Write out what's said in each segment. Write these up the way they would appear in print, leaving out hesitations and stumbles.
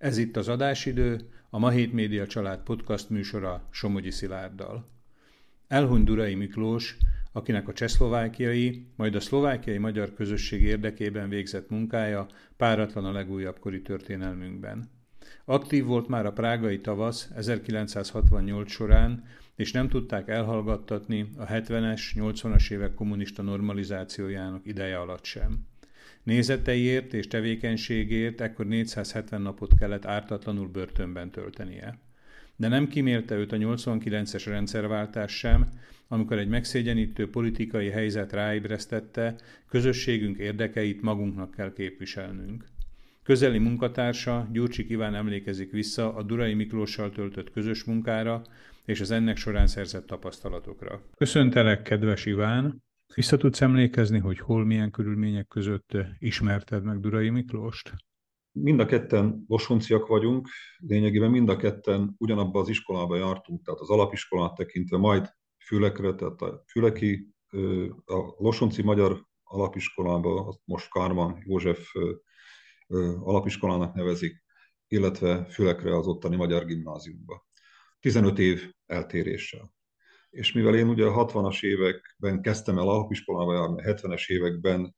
Ez itt az adásidő, a Ma Hét Média Család podcast műsora Somogyi Szilárddal. Elhunyt Durai Miklós, akinek a csehszlovákiai, majd a szlovákiai magyar közösség érdekében végzett munkája páratlan a legújabb kori történelmünkben. Aktív volt már a prágai tavasz 1968 során, és nem tudták elhallgattatni a 70-es, 80-as évek kommunista normalizációjának ideje alatt sem. Nézeteiért és tevékenységért ekkor 470 napot kellett ártatlanul börtönben töltenie. De nem kímélte őt a 89-es rendszerváltás sem, amikor egy megszégyenítő politikai helyzet ráébresztette, közösségünk érdekeit magunknak kell képviselnünk. Közeli munkatársa, Gyurcsik Iván emlékezik vissza a Durai Miklóssal töltött közös munkára és az ennek során szerzett tapasztalatokra. Köszöntelek, kedves Iván! Vissza tudsz emlékezni, hogy hol, milyen körülmények között ismerted meg Durai Miklóst? Mind a ketten losonciak vagyunk, lényegében mind a ketten ugyanabban az iskolába jártunk, tehát az alapiskolát tekintve, majd Fülekre, tehát a Füleki, a Losonci Magyar Alapiskolába, azt most Kármán József alapiskolának nevezik, illetve Fülekre az ottani Magyar Gimnáziumba. 15 év eltéréssel. És mivel én ugye a 60-as években kezdtem el alapiskolába járni, a 70-es években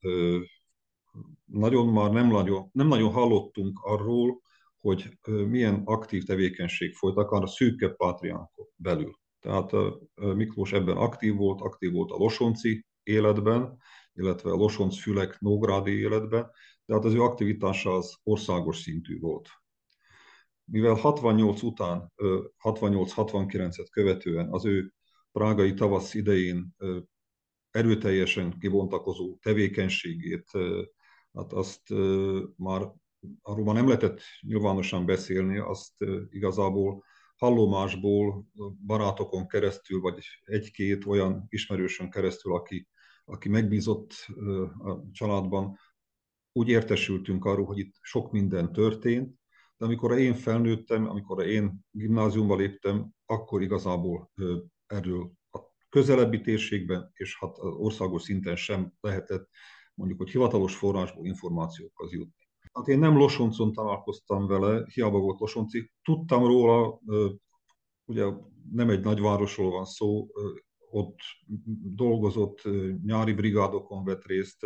nem nagyon hallottunk arról, hogy milyen aktív tevékenység folyt, akár a szűkebb pátriánkon belül. Tehát Miklós ebben aktív volt a losonci életben, illetve a Losonc-Fülek-Nógrádi életben, tehát az ő aktivitása az országos szintű volt. Mivel 68 után, 68-69-et követően az ő prágai tavasz idején erőteljesen kibontakozó tevékenységét, hát arról már nem lehetett nyilvánosan beszélni, azt igazából hallomásból, barátokon keresztül, vagy egy-két olyan ismerősön keresztül, aki megbízott a családban, úgy értesültünk arról, hogy itt sok minden történt, de amikor én felnőttem, amikor én gimnáziumba léptem, akkor igazából erről a közelebbi térségben és hát az országos szinten sem lehetett mondjuk, hogy hivatalos forrásból információkhoz jutni. Hát én nem Losoncon találkoztam vele, hiába volt Losonci. Tudtam róla, ugye nem egy nagyvárosról van szó, ott dolgozott, nyári brigádokon vett részt,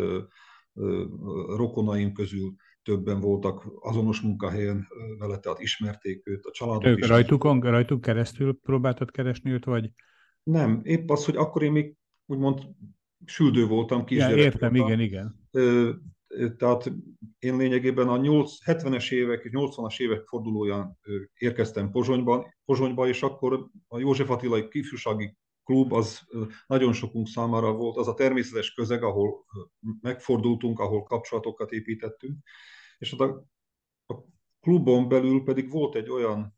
rokonaim közül többen voltak azonos munkahelyen vele, tehát ismerték őt, a családot is. Rajtuk keresztül próbáltad keresni őt, vagy? Nem, épp az, hogy akkor én még úgymond süldő voltam, kisgyerek Értem, voltam. igen. Tehát én lényegében a 70-es évek és 80-as évek fordulóján érkeztem Pozsonyba, és akkor a József Attilai Ifjúsági Klub az nagyon sokunk számára volt az a természetes közeg, ahol megfordultunk, ahol kapcsolatokat építettünk. És a klubon belül pedig volt egy olyan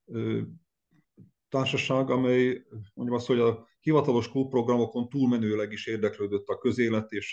társaság, amely mondjuk azt, hogy a hivatalos klubprogramokon túlmenőleg is érdeklődött a közélet és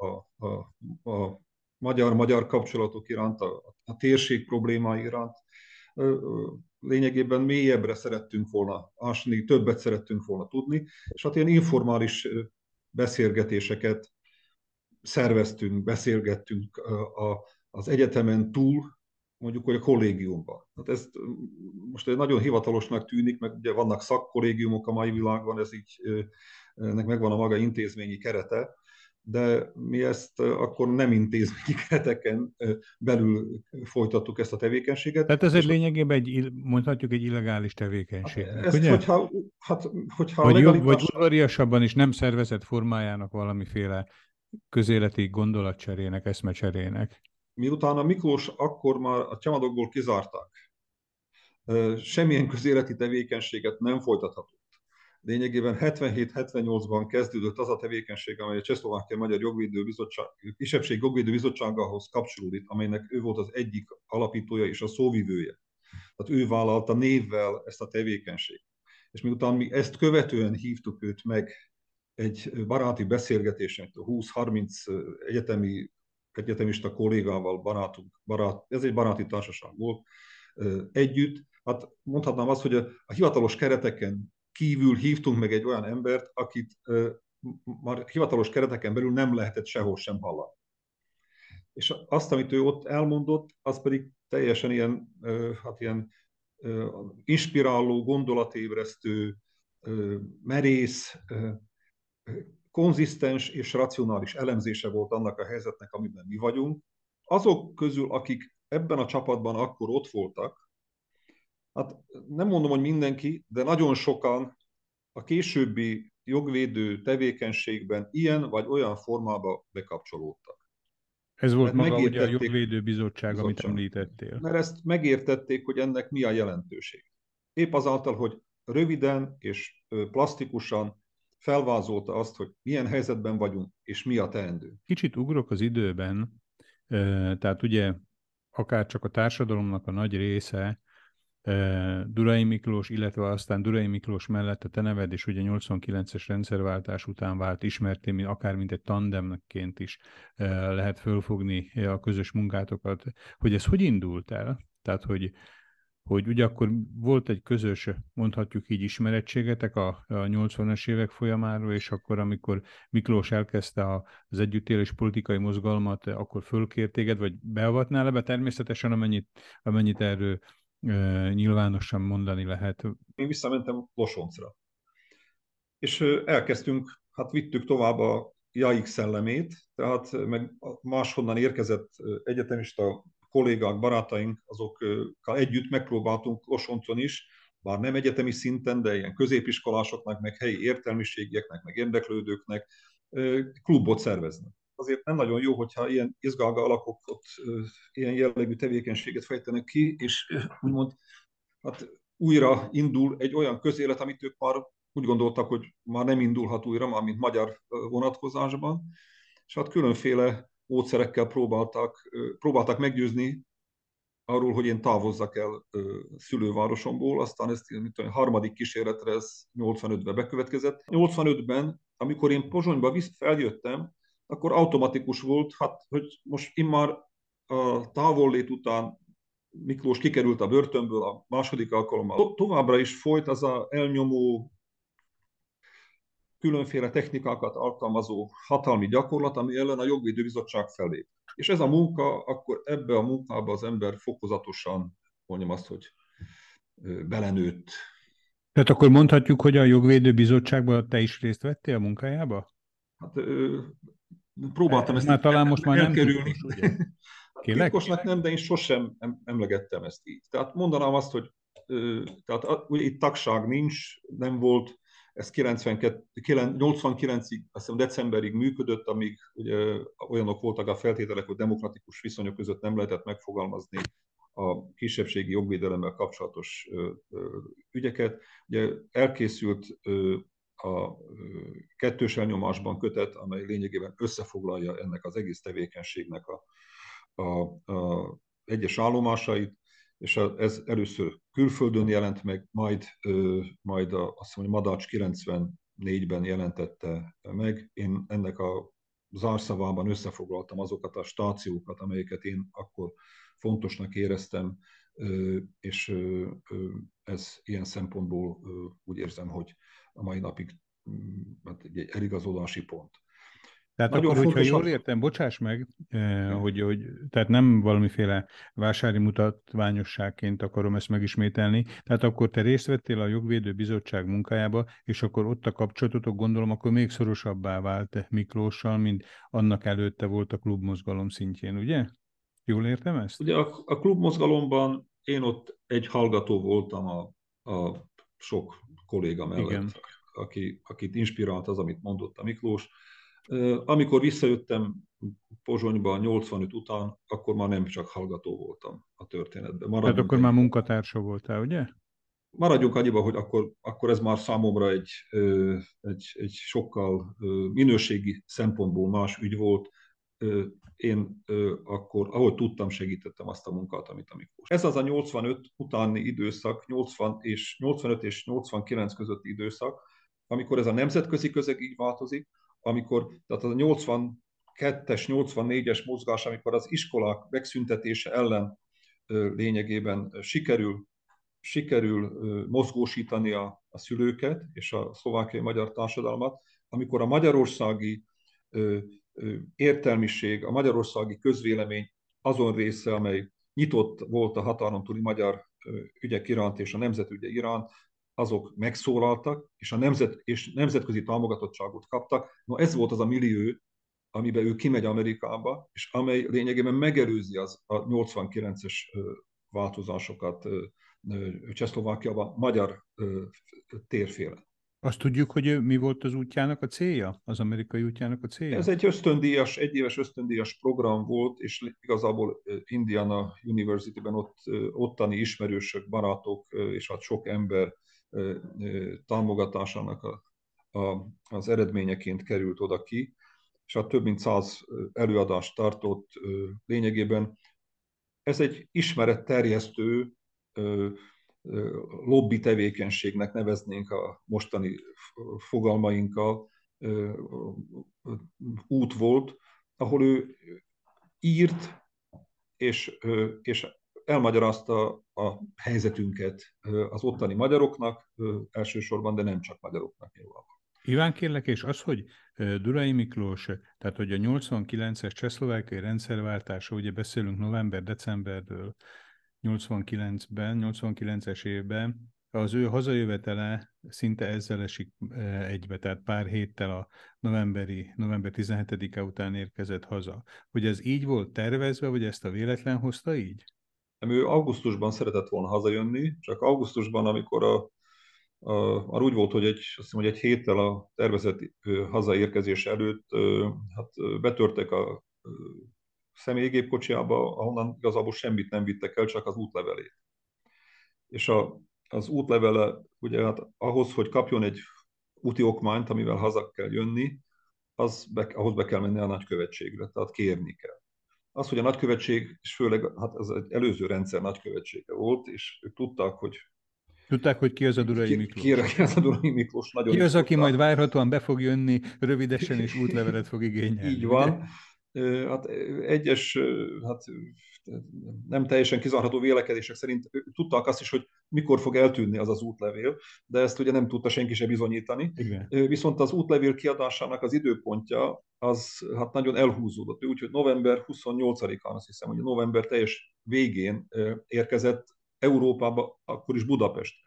a magyar-magyar kapcsolatok iránt, a térség problémái iránt. Lényegében mélyebbre szerettünk volna ásni, többet szerettünk volna tudni, és hát ilyen informális beszélgetéseket szerveztünk, beszélgettünk az egyetemen túl, mondjuk, hogy a kollégiumban. Hát ez most nagyon hivatalosnak tűnik, meg ugye vannak szakkollégiumok a mai világban, ennek megvan a maga intézményi kerete, de mi ezt akkor nem intézményi kereteken belül folytattuk ezt a tevékenységet. Tehát ez egy lényegében mondhatjuk egy illegális tevékenység. Hát ezt, ugye? hogyha vagy udvariasabban is nem szervezett formájának valamiféle közéleti gondolatcserének, eszmecserének. Miután a Miklós akkor már a csamadokból kizárták, semmilyen közéleti tevékenységet nem folytathatott. Lényegében 77-78-ban kezdődött az a tevékenység, amely a Csehszlovákia Magyar Kisebbség Jogvédő Bizottságához kapcsolódik, amelynek ő volt az egyik alapítója és a szóvivője. Tehát ő vállalta névvel ezt a tevékenységet. És miután mi ezt követően hívtuk őt meg egy baráti beszélgetésen, 20-30 egyetemista kollégával ez egy baráti társaság volt együtt. Hát mondhatnám azt, hogy a hivatalos kereteken kívül hívtunk meg egy olyan embert, akit már hivatalos kereteken belül nem lehetett sehol sem hallani. És azt, amit ő ott elmondott, az pedig teljesen ilyen inspiráló, gondolatébresztő, merész, konzisztens és racionális elemzése volt annak a helyzetnek, amiben mi vagyunk. Azok közül, akik ebben a csapatban akkor ott voltak, hát nem mondom, hogy mindenki, de nagyon sokan a későbbi jogvédő tevékenységben ilyen vagy olyan formába bekapcsolódtak. Ez volt Mert maga ugye a megértették, jogvédő bizottság, amit említettél. mert ezt megértették, hogy ennek mi a jelentőség. Épp azáltal, hogy röviden és plastikusan felvázolta azt, hogy milyen helyzetben vagyunk, és mi a teendő. Kicsit ugrok az időben, tehát ugye akár csak a társadalomnak a nagy része Durai Miklós, illetve aztán Durai Miklós mellett a te neved, és ugye 89-es rendszerváltás után vált ismerté, akár mint egy tandemként is lehet fölfogni a közös munkátokat, hogy ez hogy indult el? Tehát, hogy ugye akkor volt egy közös, mondhatjuk így, ismerettségetek a 80-as évek folyamáról, és akkor, amikor Miklós elkezdte az együttélés politikai mozgalmat, akkor fölkért téged, vagy beavatnál ebbe természetesen, amennyit erről nyilvánosan mondani lehet. Én visszamentem Losoncra. És elkezdtünk, hát vittük tovább a JAIK szellemét, tehát meg máshonnan érkezett egyetemista kollégák, barátaink, azokkal együtt megpróbáltunk Losoncon is, bár nem egyetemi szinten, de ilyen középiskolásoknak, meg helyi értelmiségieknek, meg érdeklődőknek klubot szervezni. Azért nem nagyon jó, hogyha ilyen izgalga alakok ott ilyen jellegű tevékenységet fejtenek ki, és úgymond hát újra indul egy olyan közélet, amit ők már úgy gondoltak, hogy már nem indulhat újra, már mint magyar vonatkozásban, és hát különféle módszerekkel próbáltak meggyőzni arról, hogy én távozzak el szülővárosomból, aztán ezt a harmadik kísérletre ez 85-ben bekövetkezett. 85-ben, amikor én Pozsonyba feljöttem, akkor automatikus volt, hát, hogy most immár a távollét után Miklós kikerült a börtönből a második alkalommal. Továbbra is folyt az a elnyomó, különféle technikákat alkalmazó hatalmi gyakorlat, ami ellen a jogvédőbizottság felé. És ez a munka, akkor ebbe a munkába az ember fokozatosan, mondjam azt, hogy belenőtt. Tehát akkor mondhatjuk, hogy a jogvédő bizottságban te is részt vettél a munkájába? Hát próbáltam ezt már talán most már elkerülni. Nem titkos, ugye? Titkosnak nem, de én sosem emlegettem ezt így. Tehát mondanám azt, hogy tehát itt tagság nincs, nem volt, ez 89-ig, azt hiszem decemberig működött, amíg ugye olyanok voltak a feltételek, hogy demokratikus viszonyok között nem lehetett megfogalmazni a kisebbségi jogvédelemmel kapcsolatos ügyeket. Ugye elkészült a kettős elnyomásban kötet, amely lényegében összefoglalja ennek az egész tevékenységnek a egyes állomásait, és ez először külföldön jelent meg, majd azt mondom, Madács 94-ben jelentette meg. Én ennek a zárszavában összefoglaltam azokat a stációkat, amelyeket én akkor fontosnak éreztem, és ez ilyen szempontból úgy érzem, hogy a mai napig egy eligazolási pont. Tehát nagyon akkor, hogyha jól értem, bocsáss meg, hogy tehát nem valamiféle vásári mutatványosságként akarom ezt megismételni, tehát akkor te részt vettél a jogvédő bizottság munkájába, és akkor ott a kapcsolatotok, gondolom, akkor még szorosabbá vált Miklóssal, mint annak előtte volt a klubmozgalom szintjén, ugye? Jól értem ezt? Ugye a klubmozgalomban én ott egy hallgató voltam a sok kolléga mellett. Igen. Akit inspirált az, amit mondott a Miklós. Amikor visszajöttem Pozsonyba 85 után, akkor már nem csak hallgató voltam a történetben. Tehát akkor már munkatársa voltál, ugye? Maradjunk annyiba, hogy akkor ez már számomra egy sokkal minőségi szempontból más ügy volt. Én akkor, ahogy tudtam, segítettem azt a munkát, amit a Miklós. Ez az a 85 utáni időszak, 85 és 89 közötti időszak, amikor ez a nemzetközi közeg így változik, amikor, tehát az a 82-es, 84-es mozgás, amikor az iskolák megszüntetése ellen lényegében sikerül mozgósítani a szülőket és a szlovákiai magyar társadalmat, amikor a magyarországi értelmiség, a magyarországi közvélemény azon része, amely nyitott volt a határon túli magyar ügyek iránt és a nemzetügye iránt, azok megszólaltak, és és nemzetközi támogatottságot kaptak. No, ez volt az a millió, amiben ő kimegy Amerikába, és amely lényegében megelőzi a 89-es változásokat Csehszlovákiában magyar térféle. Azt tudjuk, hogy mi volt az útjának a célja? Az amerikai útjának a célja? Ez egy egyéves ösztöndíjas program volt, és igazából Indiana University-ben ottani ismerősök, barátok és hát sok ember támogatásának az eredményeként került oda ki, és hát több mint 100 előadást tartott. Lényegében ez egy ismeretterjesztő lobby tevékenységnek neveznénk a mostani fogalmainkkal, út volt, ahol ő írt és elmagyarázta a helyzetünket az ottani magyaroknak elsősorban, de nem csak magyaroknak nyilván. Iván, kérlek, és az, hogy Durai Miklós, tehát hogy a 89-es csehszlovákiai rendszerváltása, ugye beszélünk november-decemberről 89-ben, 89-es évben, az ő hazajövetele szinte ezzel esik egybe, tehát pár héttel a november 17-e után érkezett haza. Hogy ez így volt tervezve, vagy ezt a véletlen hozta így? Ő augusztusban szeretett volna hazajönni, csak augusztusban, amikor már úgy volt, hogy azt hiszem, hogy egy héttel a tervezett hazaérkezés előtt hát betörtek a személygépkocsiába, ahonnan igazából semmit nem vittek el, csak az útlevelét. És az útlevele, ugye hát ahhoz, hogy kapjon egy úti okmányt, amivel haza kell jönni, ahhoz be kell menni a nagykövetségre, tehát kérni kell. Az, hogy a nagykövetség, és főleg hát ez egy előző rendszer nagykövetsége volt, és ők tudták, hogy Tudták, hogy ki az a Durai ki Miklós? az a Durai Miklós, nagyon Ki is az, aki majd tudták. várhatóan be fog jönni rövidesen, és útlevelet fog igényelni, Így ugye? van. Hát egyes, hát nem teljesen kizárható vélekedések szerint tudták azt is, hogy mikor fog eltűnni az az útlevél, de ezt ugye nem tudta senki se bizonyítani. Igen. Viszont az útlevél kiadásának az időpontja az hát nagyon elhúzódott. Úgyhogy november 28-án, azt hiszem, hogy november teljes végén érkezett Európába, akkor is Budapestre.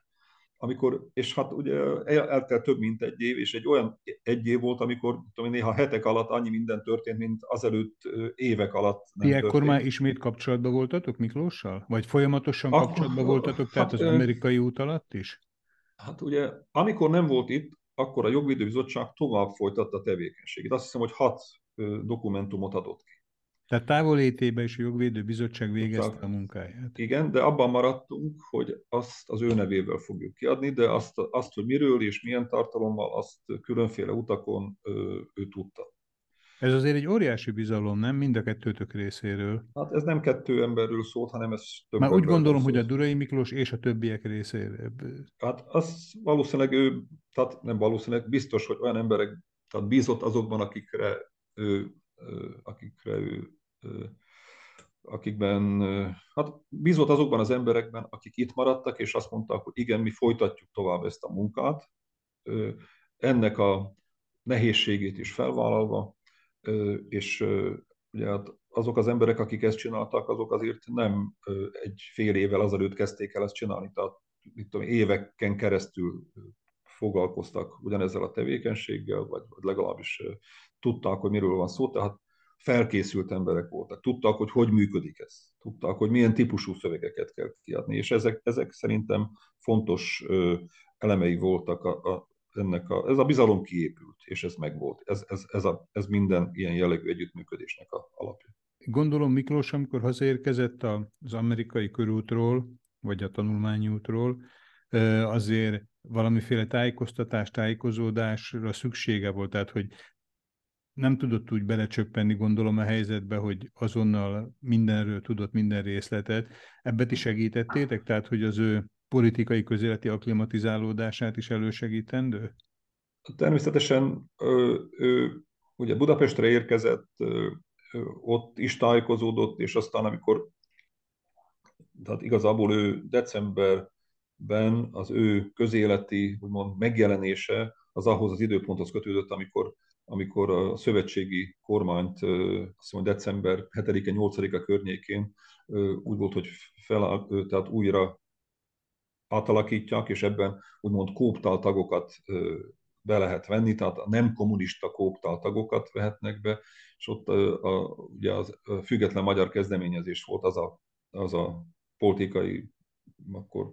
És hát ugye eltelt több mint egy év, és egy olyan egy év volt, amikor tudom, néha hetek alatt annyi minden történt, mint azelőtt évek alatt Ti nem ekkor már történt. ismét kapcsolatban voltatok Miklóssal? Vagy folyamatosan Akkor, kapcsolatban voltatok, tehát hát, az amerikai út alatt is? hát ugye, amikor nem volt itt, akkor a Jogvédőbizottság tovább folytatta a tevékenységét. Azt hiszem, hogy 6 dokumentumot adott ki. Tehát távolétében is a Jogvédő Bizottság végezte a Csak munkáját. igen, de abban maradtunk, hogy azt az ő nevével fogjuk kiadni, de hogy miről és milyen tartalommal, azt különféle utakon ő tudta. Ez azért egy óriási bizalom, nem? Mind a kettőtök részéről. Hát ez nem 2 emberről szólt, hanem ez Már több úgy emberről gondolom, hogy a szólt. Durai Miklós és a többiek részéről. Hát az valószínűleg tehát nem valószínűleg, biztos, hogy olyan emberek, tehát bízott azokban, akikre ő, akikben, hát bízott azokban az emberekben, akik itt maradtak, és azt mondták, hogy igen, mi folytatjuk tovább ezt a munkát, ennek a nehézségét is felvállalva, és ugye hát azok az emberek, akik ezt csináltak, azok azért nem egy fél évvel azelőtt kezdték el ezt csinálni, tehát mit tudom, éveken keresztül foglalkoztak ugyanezzel a tevékenységgel, vagy legalábbis tudták, hogy miről van szó, tehát felkészült emberek voltak, tudták, hogy hogy működik ez, tudták, hogy milyen típusú szövegeket kell kiadni, és ezek szerintem fontos elemei voltak ez a bizalom kiépült, és ez megvolt. Ez minden ilyen jellegű együttműködésnek a alapja. Gondolom Miklós, amikor hazaérkezett az amerikai körútról, vagy a tanulmányútról, azért valamiféle tájékozódásra szüksége volt, tehát hogy nem tudott úgy belecsöppenni, gondolom, a helyzetbe, hogy azonnal mindenről tudott minden részletet. Ebbet is segítettétek? Tehát, hogy az ő politikai közéleti akklimatizálódását is elősegítendő? Természetesen ő ugye Budapestre érkezett, ott is tájékozódott, és aztán amikor, tehát igazából ő decemberben az ő közéleti úgymond megjelenése az ahhoz az időponthoz kötődött, amikor amikor a szövetségi kormányt, azt mondom, december 7-e, 8-a környékén úgy volt, hogy tehát újra átalakítják, és ebben úgymond kóptál tagokat be lehet venni, tehát a nem kommunista kóptál tagokat vehetnek be, és ott ugye az független magyar kezdeményezés volt az a politikai akkor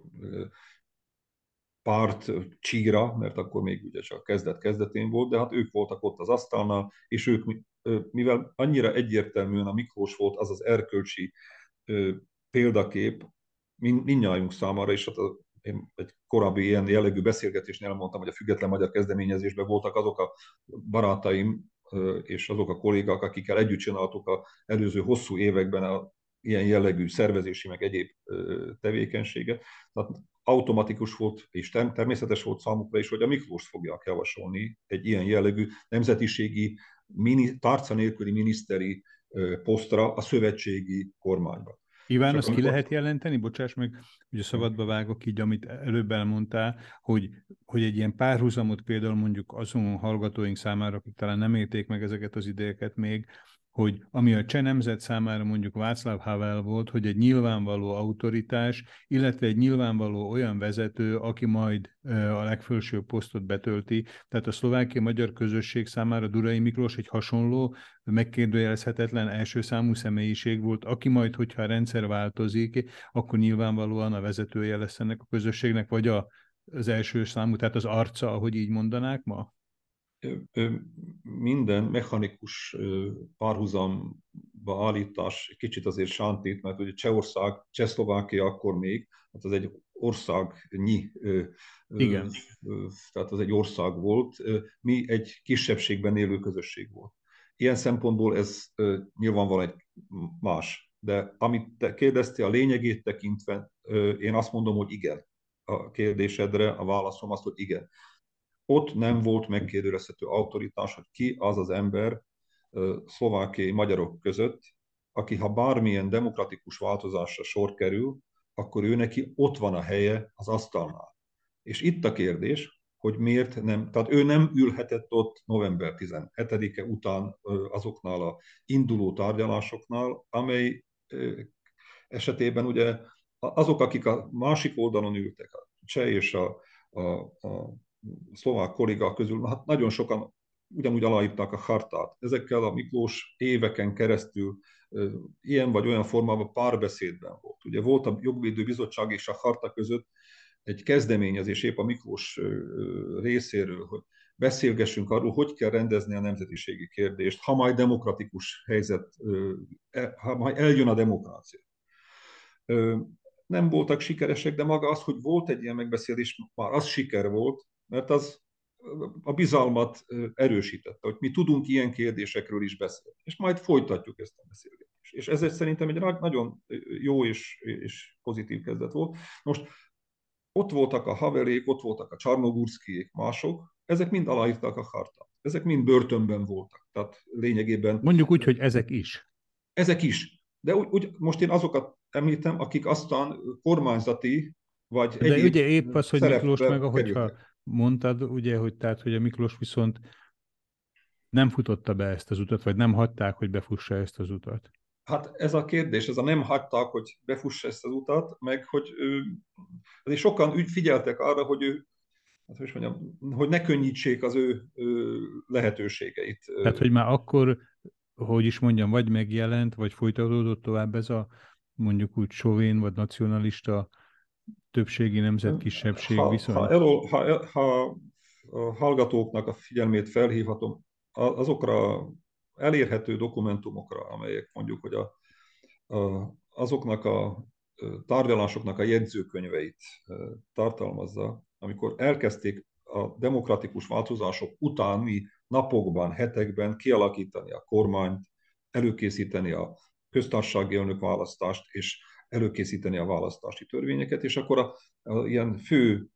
párt csíra, mert akkor még ugye csak kezdetén volt, de hát ők voltak ott az asztalnál, és ők, mivel annyira egyértelműen a Miklós volt az az erkölcsi példakép mindnyájunk számára, és hát én egy korábbi ilyen jellegű beszélgetésnél elmondtam, hogy a független magyar kezdeményezésben voltak azok a barátaim és azok a kollégák, akikkel együtt csináltuk az előző hosszú években ilyen jellegű szervezési, meg egyéb tevékenységet. Tehát automatikus volt, és természetes volt számukra is, hogy a Miklóst fogják javasolni egy ilyen jellegű nemzetiségi, tárca nélküli miniszteri posztra a szövetségi kormányban. Iván, azt ki lehet jelenteni? Bocsáss meg, hogy a szabadba vágok így, amit előbb elmondtál, hogy egy ilyen párhuzamot például mondjuk azon hallgatóink számára, akik talán nem érték meg ezeket az idéket még, hogy ami a cseh nemzet számára mondjuk Václav Havel volt, hogy egy nyilvánvaló autoritás, illetve egy nyilvánvaló olyan vezető, aki majd a legfelsőbb posztot betölti. Tehát a szlovákiai magyar közösség számára Durai Miklós egy hasonló, megkérdőjelezhetetlen első számú személyiség volt, aki majd, hogyha a rendszer változik, akkor nyilvánvalóan a vezetője lesz ennek a közösségnek, vagy az első számú, tehát az arca, ahogy így mondanák ma? Minden mechanikus párhuzamba állítás kicsit azért sántít, mert ugye Csehország, Csehszlovákia akkor még, hát az egy országnyi, Igen. tehát az egy ország volt, mi egy kisebbségben élő közösség volt. Ilyen szempontból ez nyilvánvalóan egy más. De amit te kérdeztél, a lényegét tekintve, én azt mondom, hogy igen. A kérdésedre a válaszom az, hogy igen. Ott nem volt megkérdőjelezhető autoritás, hogy ki az az ember szlovákiai magyarok között, aki ha bármilyen demokratikus változásra sor kerül, akkor ő neki ott van a helye az asztalnál. És itt a kérdés, hogy miért nem, tehát ő nem ülhetett ott november 17-e után azoknál a induló tárgyalásoknál, amely esetében ugye azok, akik a másik oldalon ültek, a cseh és a szlovák kollégák közül, hát nagyon sokan ugyanúgy aláírták a chartát. Ezekkel a Miklós éveken keresztül ilyen vagy olyan formában párbeszédben volt. Ugye volt a Jogvédő Bizottság és a charta között egy kezdeményezés épp a Miklós részéről, hogy beszélgessünk arról, hogy kell rendezni a nemzetiségi kérdést, ha majd demokratikus helyzet, ha majd eljön a demokrácia. Nem voltak sikeresek, de maga az, hogy volt egy ilyen megbeszélés, már az siker volt, mert az a bizalmat erősítette, hogy mi tudunk ilyen kérdésekről is beszélni. És majd folytatjuk ezt a beszélgetést. És ez szerintem egy nagyon jó és pozitív kezdet volt. Most ott voltak a Havelék, ott voltak a Csarnogurszkijék, mások, ezek mind aláírták a chartát. Ezek mind börtönben voltak. Tehát lényegében... Mondjuk úgy, hogy ezek is. Ezek is. De úgy most én azokat említem, akik aztán kormányzati vagy De egyéb ugye épp az, hogy Miklós meg, szerepbe ahogyha kerültek. mondtad, ugye, hogy tehát, hogy a Miklós viszont nem futotta be ezt az utat, vagy nem hagyták, hogy befussa ezt az utat. Hát ez a kérdés, ez a nem hagyták, hogy befussa ezt az utat, meg hogy azért sokan úgy figyeltek arra, hogy ő, hát hogy mondjam, hogy ne könnyítsék az ő lehetőségeit. Tehát, hogy már akkor, hogy is mondjam, vagy megjelent, vagy folytatódott tovább ez a mondjuk úgy sovén, vagy nacionalista többségi nemzet-kisebbség viszony. Ha a hallgatóknak a figyelmét felhívhatom azokra elérhető dokumentumokra, amelyek mondjuk, hogy azoknak a tárgyalásoknak a jegyzőkönyveit tartalmazza, amikor elkezdték a demokratikus változások utáni napokban, hetekben kialakítani a kormányt, előkészíteni a köztársasági elnök választást, és előkészíteni a választási törvényeket, és akkor ilyen fő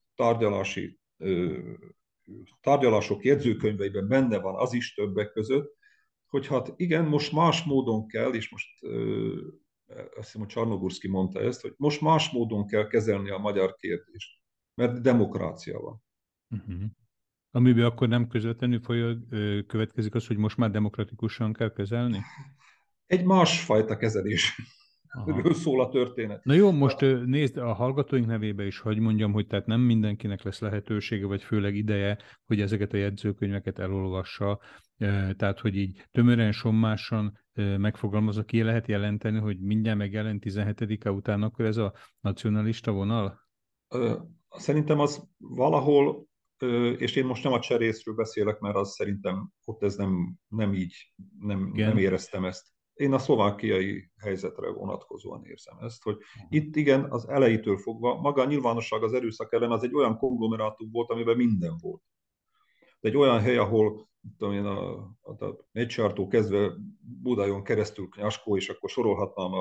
tárgyalások jegyzőkönyveiben benne van az is többek között, hogy hát igen, most más módon kell, és most azt hiszem, hogy Csarnogurszki mondta ezt, hogy most más módon kell kezelni a magyar kérdést, mert demokrácia van. Uh-huh. Amiből akkor nem közvetlenül következik az, hogy most már demokratikusan kell kezelni? Egy másfajta Aha. kezelésről szól a történet. Na jó, most Tehát, nézd, a hallgatóink nevébe is hagy mondjam, hogy tehát nem mindenkinek lesz lehetősége, vagy főleg ideje, hogy ezeket a jegyzőkönyveket elolvassa, tehát hogy így tömören, sommásan megfogalmazza, ki lehet jelenteni, hogy mindjárt megjelent 17-e után, akkor ez a nacionalista vonal? szerintem az valahol, és én most nem a cserészről beszélek, mert az szerintem ott ez nem így, nem Igen. éreztem ezt. Én a szlovákiai helyzetre vonatkozóan érzem ezt, hogy itt igen, az elejétől fogva, maga a nyilvánosság az erőszak ellen az egy olyan konglomerátum volt, amiben minden volt. De egy olyan hely, ahol tudom én, a Meccsártól kezdve Budajon keresztül Knyáskó, és akkor sorolhatnám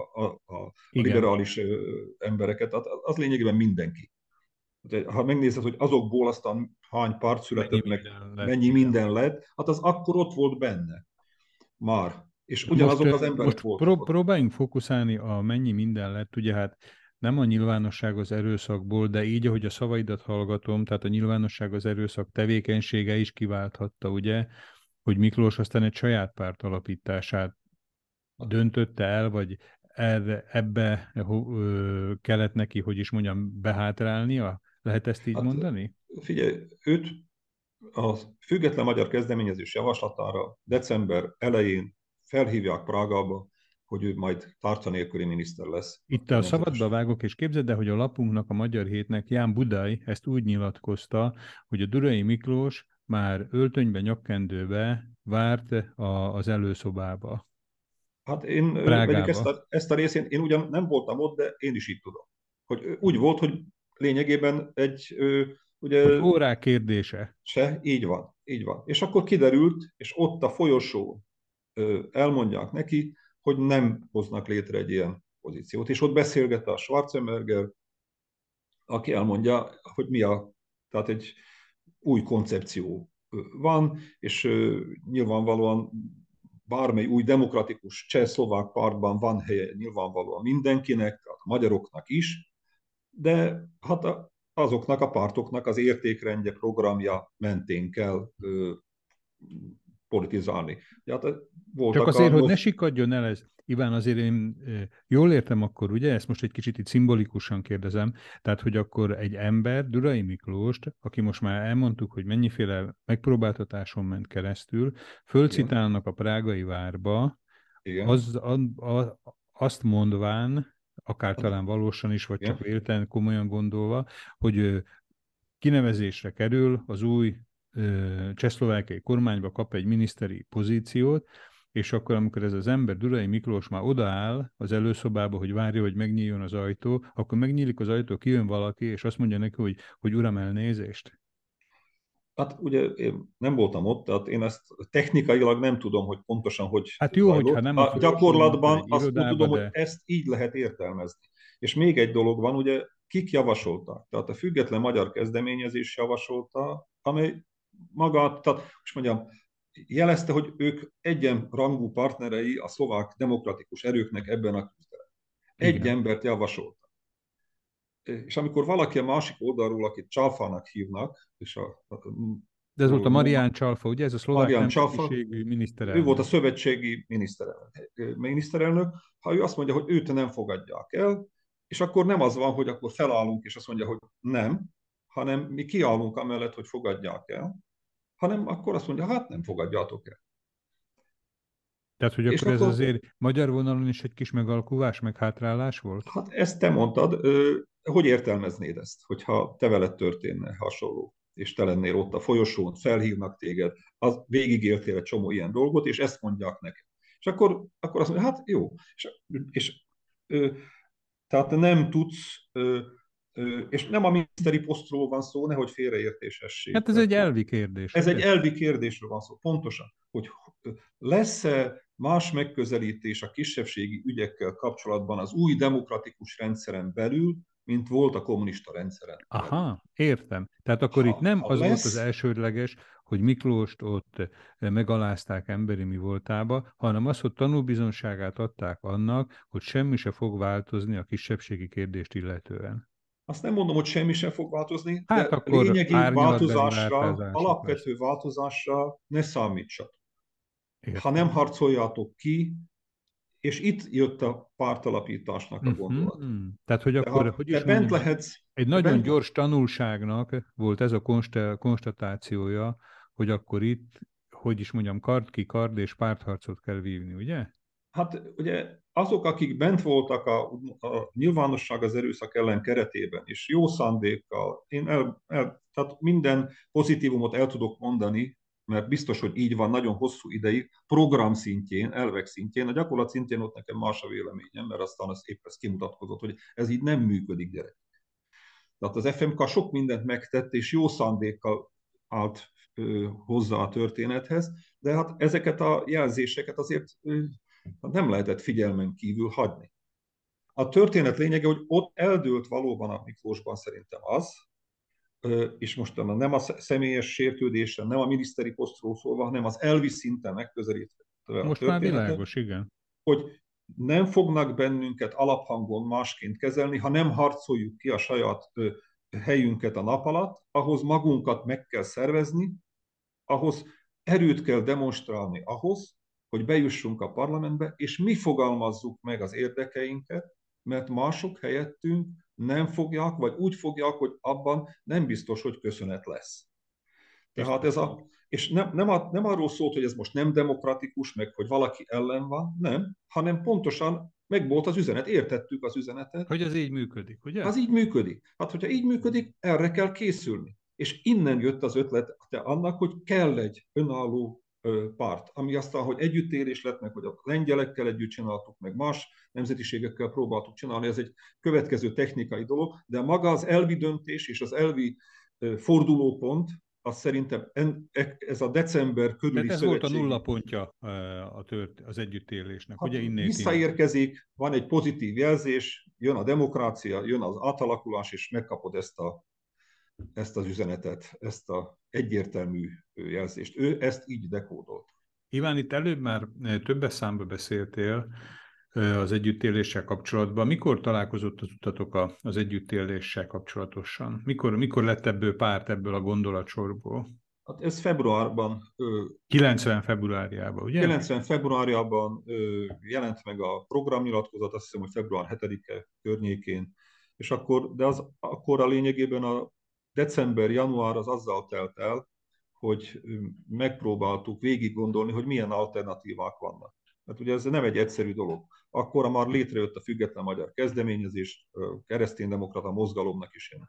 a Igen. liberális embereket, az lényegében mindenki. Ha megnézed, hogy azokból aztán hány párt Mennyi született, meg minden lett, mennyi igen. minden lett, hát az akkor ott volt benne. Már. És Most, ugyanazok az emberek voltak ott. próbáljunk fókuszálni a mennyi minden lett, ugye hát nem a nyilvánosság az erőszakból, de így, ahogy a szavaidat hallgatom, tehát a nyilvánosság az erőszak tevékenysége is kiválthatta, ugye, hogy Miklós aztán egy saját párt alapítását döntötte el, vagy ebbe kellett neki, hogy is mondjam, behátrálnia? Lehet ezt így Hát mondani? figyelj, őt a független magyar kezdeményezés javaslatára december elején felhívják Prágába, hogy ő majd tárca nélküli miniszter lesz Itt a a szabadba nemzetesség. vágok, és képzeld el, hogy a lapunknak, a Magyar Hétnek Ján Budaj ezt úgy nyilatkozta, hogy a Durai Miklós már öltönybe, nyakkendőbe várt az előszobába, Hát én vegyük Prágába. ezt a részén, én ugyan nem voltam ott, de én is így tudom. Hogy úgy volt, hogy lényegében Hogy ugye órák kérdése. így van, így van. És akkor kiderült, és ott a folyosó elmondják neki, hogy nem hoznak létre egy ilyen pozíciót. És ott beszélgette a Schwarzenberger, aki elmondja, hogy tehát egy új koncepció van, és nyilvánvalóan bármely új demokratikus cseh-szlovák pártban van helye nyilvánvalóan mindenkinek, a magyaroknak is, de hát azoknak a pártoknak az értékrendje, programja mentén kell politizálni. Hát Csak voltak a azért, hogy ne sikadjon el ez, Iván, azért én jól értem akkor, ugye, ezt most egy kicsit itt szimbolikusan kérdezem, tehát, hogy akkor egy ember, Durai Miklóst, aki most már elmondtuk, hogy mennyiféle megpróbáltatáson ment keresztül, igen, fölcitálnak a prágai várba, igen, azt mondván, akár hát, talán valósan is, vagy csak igen. véletlenül komolyan gondolva, hogy kinevezésre kerül, az új csehszlovákiai kormányba kap egy miniszteri pozíciót, és akkor, amikor ez az ember, Durai Miklós már odaáll az előszobába, hogy várja, hogy megnyíljon az ajtó, akkor megnyílik az ajtó, kijön valaki, és azt mondja neki, hogy uram, elnézést. Hát ugye én nem voltam ott, tehát én ezt technikailag nem tudom, hogy pontosan hogy Hát jó, hogyha zajlott. nem a A folyosón, akkor gyakorlatban egy azt úgy irodába, tudom, hogy de ezt így lehet értelmezni. És még egy dolog van, ugye kik javasoltak? Tehát a független magyar kezdeményezés javasolta, amely maga, tehát most mondjam, jelezte, hogy ők egyenrangú partnerei a szlovák demokratikus erőknek ebben a küzdelemben. Egy igen. embert javasolt. És amikor valaki a másik oldalról, akit Csalfának hívnak, és De ez volt a Marián Csalfa, ugye? Ez a szlovák Marian Csalfa, nemzetiségű ő volt a miniszterelnök. szövetségi miniszterelnök, ha ő azt mondja, hogy őt nem fogadják el, és akkor nem az van, hogy akkor felállunk, és azt mondja, hogy nem, hanem mi kiállunk amellett, hogy fogadják el, hanem akkor azt mondja, hát nem fogadjátok el. Tehát, hogy És akkor ez akkor, azért magyar vonalon is egy kis megalkuvás, meg hátrálás volt? hát ezt te mondtad, hogy értelmeznéd ezt, hogyha te veled történne hasonló, és te lennél ott a folyosón, felhívnak téged, az végigéltél egy csomó ilyen dolgot, és ezt mondják neked. És akkor azt mondja, hát jó. És ö, tehát nem tudsz, és nem a miniszteri posztról van szó, nehogy félreértés essék. Hát ez Tehát egy elvi kérdés, ez egy ugye? elvi kérdésről van szó, pontosan, hogy lesz-e más megközelítés a kisebbségi ügyekkel kapcsolatban az új demokratikus rendszeren belül, mint volt a kommunista rendszeren belül. Aha, értem. Tehát akkor itt nem Ha az volt az lesz, elsődleges, hogy Miklóst ott megalázták emberi mi voltába, hanem az, hogy tanúbizonságát adták annak, hogy semmi se fog változni a kisebbségi kérdést illetően. Azt nem mondom, hogy semmi sem fog változni, Hát de akkor lényegi árnyalatbeli változásra, változások alapvető lesznek. változásra ne számítsatok. Ha nem Értem. harcoljátok ki, és itt jött a pártalapításnak a gondolat. Tehát, hogy akkor, Tehát hogy te is bent mondjam, lehetsz, egy te nagyon bent, gyors tanulságnak volt ez a konstatációja, hogy akkor itt, hogy is mondjam, kard ki kard és pártharcot kell vívni, ugye? hát ugye azok, akik bent voltak a nyilvánosság az erőszak ellen keretében, és jó szándékkal, tehát minden pozitívumot el tudok mondani, mert biztos, hogy így van nagyon hosszú ideig, program szintjén, elvek szintjén, a gyakorlat szintjén ott nekem más a véleményem, mert aztán az épp ez kimutatkozott, hogy ez így nem működik, gyerek. Tehát az FMK sok mindent megtett, és jó szándékkal állt hozzá a történethez, de hát ezeket a jelzéseket azért nem lehetett figyelmen kívül hagyni. A történet lényege, hogy ott eldőlt valóban a Miklósban szerintem az, és most nem a személyes sértődésre, nem a miniszteri posztról szólva, hanem az elvi szinten megközelítve a Most már történetet, világos, igen. hogy nem fognak bennünket alaphangon másként kezelni, ha nem harcoljuk ki a saját helyünket a nap alatt, ahhoz magunkat meg kell szervezni, ahhoz erőt kell demonstrálni ahhoz, hogy bejussunk a parlamentbe, és mi fogalmazzuk meg az érdekeinket, mert mások helyettünk nem fogják, vagy úgy fogják, hogy abban nem biztos, hogy köszönet lesz. Tehát Biztos. ez és nem arról szólt, hogy ez most nem demokratikus, meg hogy valaki ellen van, nem, hanem pontosan meg volt az üzenet, értettük az üzenetet, Hogy ez így működik, ugye? az így működik. Hát, hogyha így működik, erre kell készülni. És innen jött az ötlet annak, hogy kell egy önálló párt, ami aztán, hogy együttélés lett, meg hogy a lengyelekkel együtt csináltuk, meg más nemzetiségekkel próbáltuk csinálni, ez egy következő technikai dolog, de maga az elvi döntés és az elvi fordulópont, az szerintem ez a december körüli Tehát ez volt a nulla szövetségi. pontja az együttélésnek, Hát ugye innét indult. visszaérkezik, van egy pozitív jelzés, jön a demokrácia, jön az átalakulás, és megkapod ezt az üzenetet, ezt az egyértelmű jelzést. Ő ezt így dekódolt. Iván, itt előbb már többes számba beszéltél az együttéléssel kapcsolatban. Mikor találkozott az utatok az együttéléssel kapcsolatosan? Mikor lett ebből párt, ebből a gondolatsorból? Hát ez februárban, 90 februárjában, ugye? 90 februárjában jelent meg a programnyilatkozat, azt hiszem, hogy február 7-e környékén, és akkor a lényegében a december-január az azzal telt el, hogy megpróbáltuk végig gondolni, hogy milyen alternatívák vannak. Mert ugye ez nem egy egyszerű dolog. Akkor már létrejött a Független Magyar Kezdeményezés, kereszténydemokrata mozgalomnak is ilyen,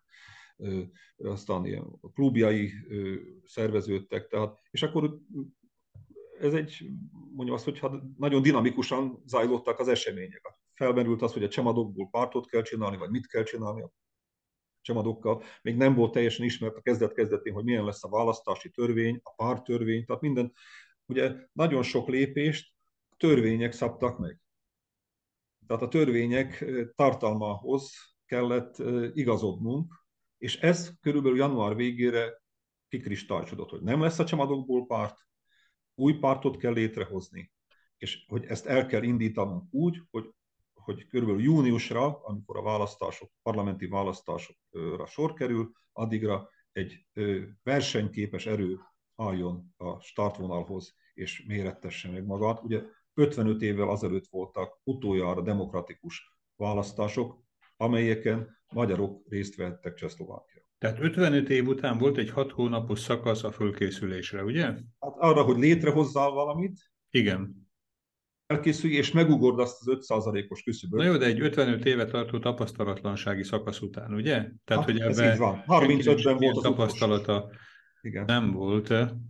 aztán ilyen klubjai szerveződtek, tehát, és akkor ez mondjam azt, hogy nagyon dinamikusan zajlottak az események. Felmerült az, hogy a csemadokból pártot kell csinálni, vagy mit kell csinálni a csemadokkal. Még nem volt teljesen ismert a kezdet-kezdetén, hogy milyen lesz a választási törvény, a párttörvény, tehát minden, ugye nagyon sok lépést törvények szabtak meg. Tehát a törvények tartalmához kellett igazodnunk, és ez körülbelül január végére kikristályosodott, hogy nem lesz a csemadokból párt, új pártot kell létrehozni, és hogy ezt el kell indítanunk úgy, hogy körülbelül júniusra, amikor a választások, parlamenti választásokra sor kerül, addigra egy versenyképes erő álljon a startvonalhoz, és mérettesse meg magát. Ugye 55 évvel azelőtt voltak utoljára demokratikus választások, amelyeken magyarok részt vettek Csehszlovákia. Tehát 55 év után volt egy 6 hónapos szakasz a fölkészülésre, ugye? Hát arra, hogy létrehozzál valamit, Igen. elkészülj, és megugord azt az 5%-os Na küszöböt. jó, de egy 55 éve tartó tapasztalatlansági szakasz után, ugye? Tehát, hogy Hát ez így ebbe van. senkinek 35-ben volt semmilyen az utolsó. tapasztalata Igen. nem volt.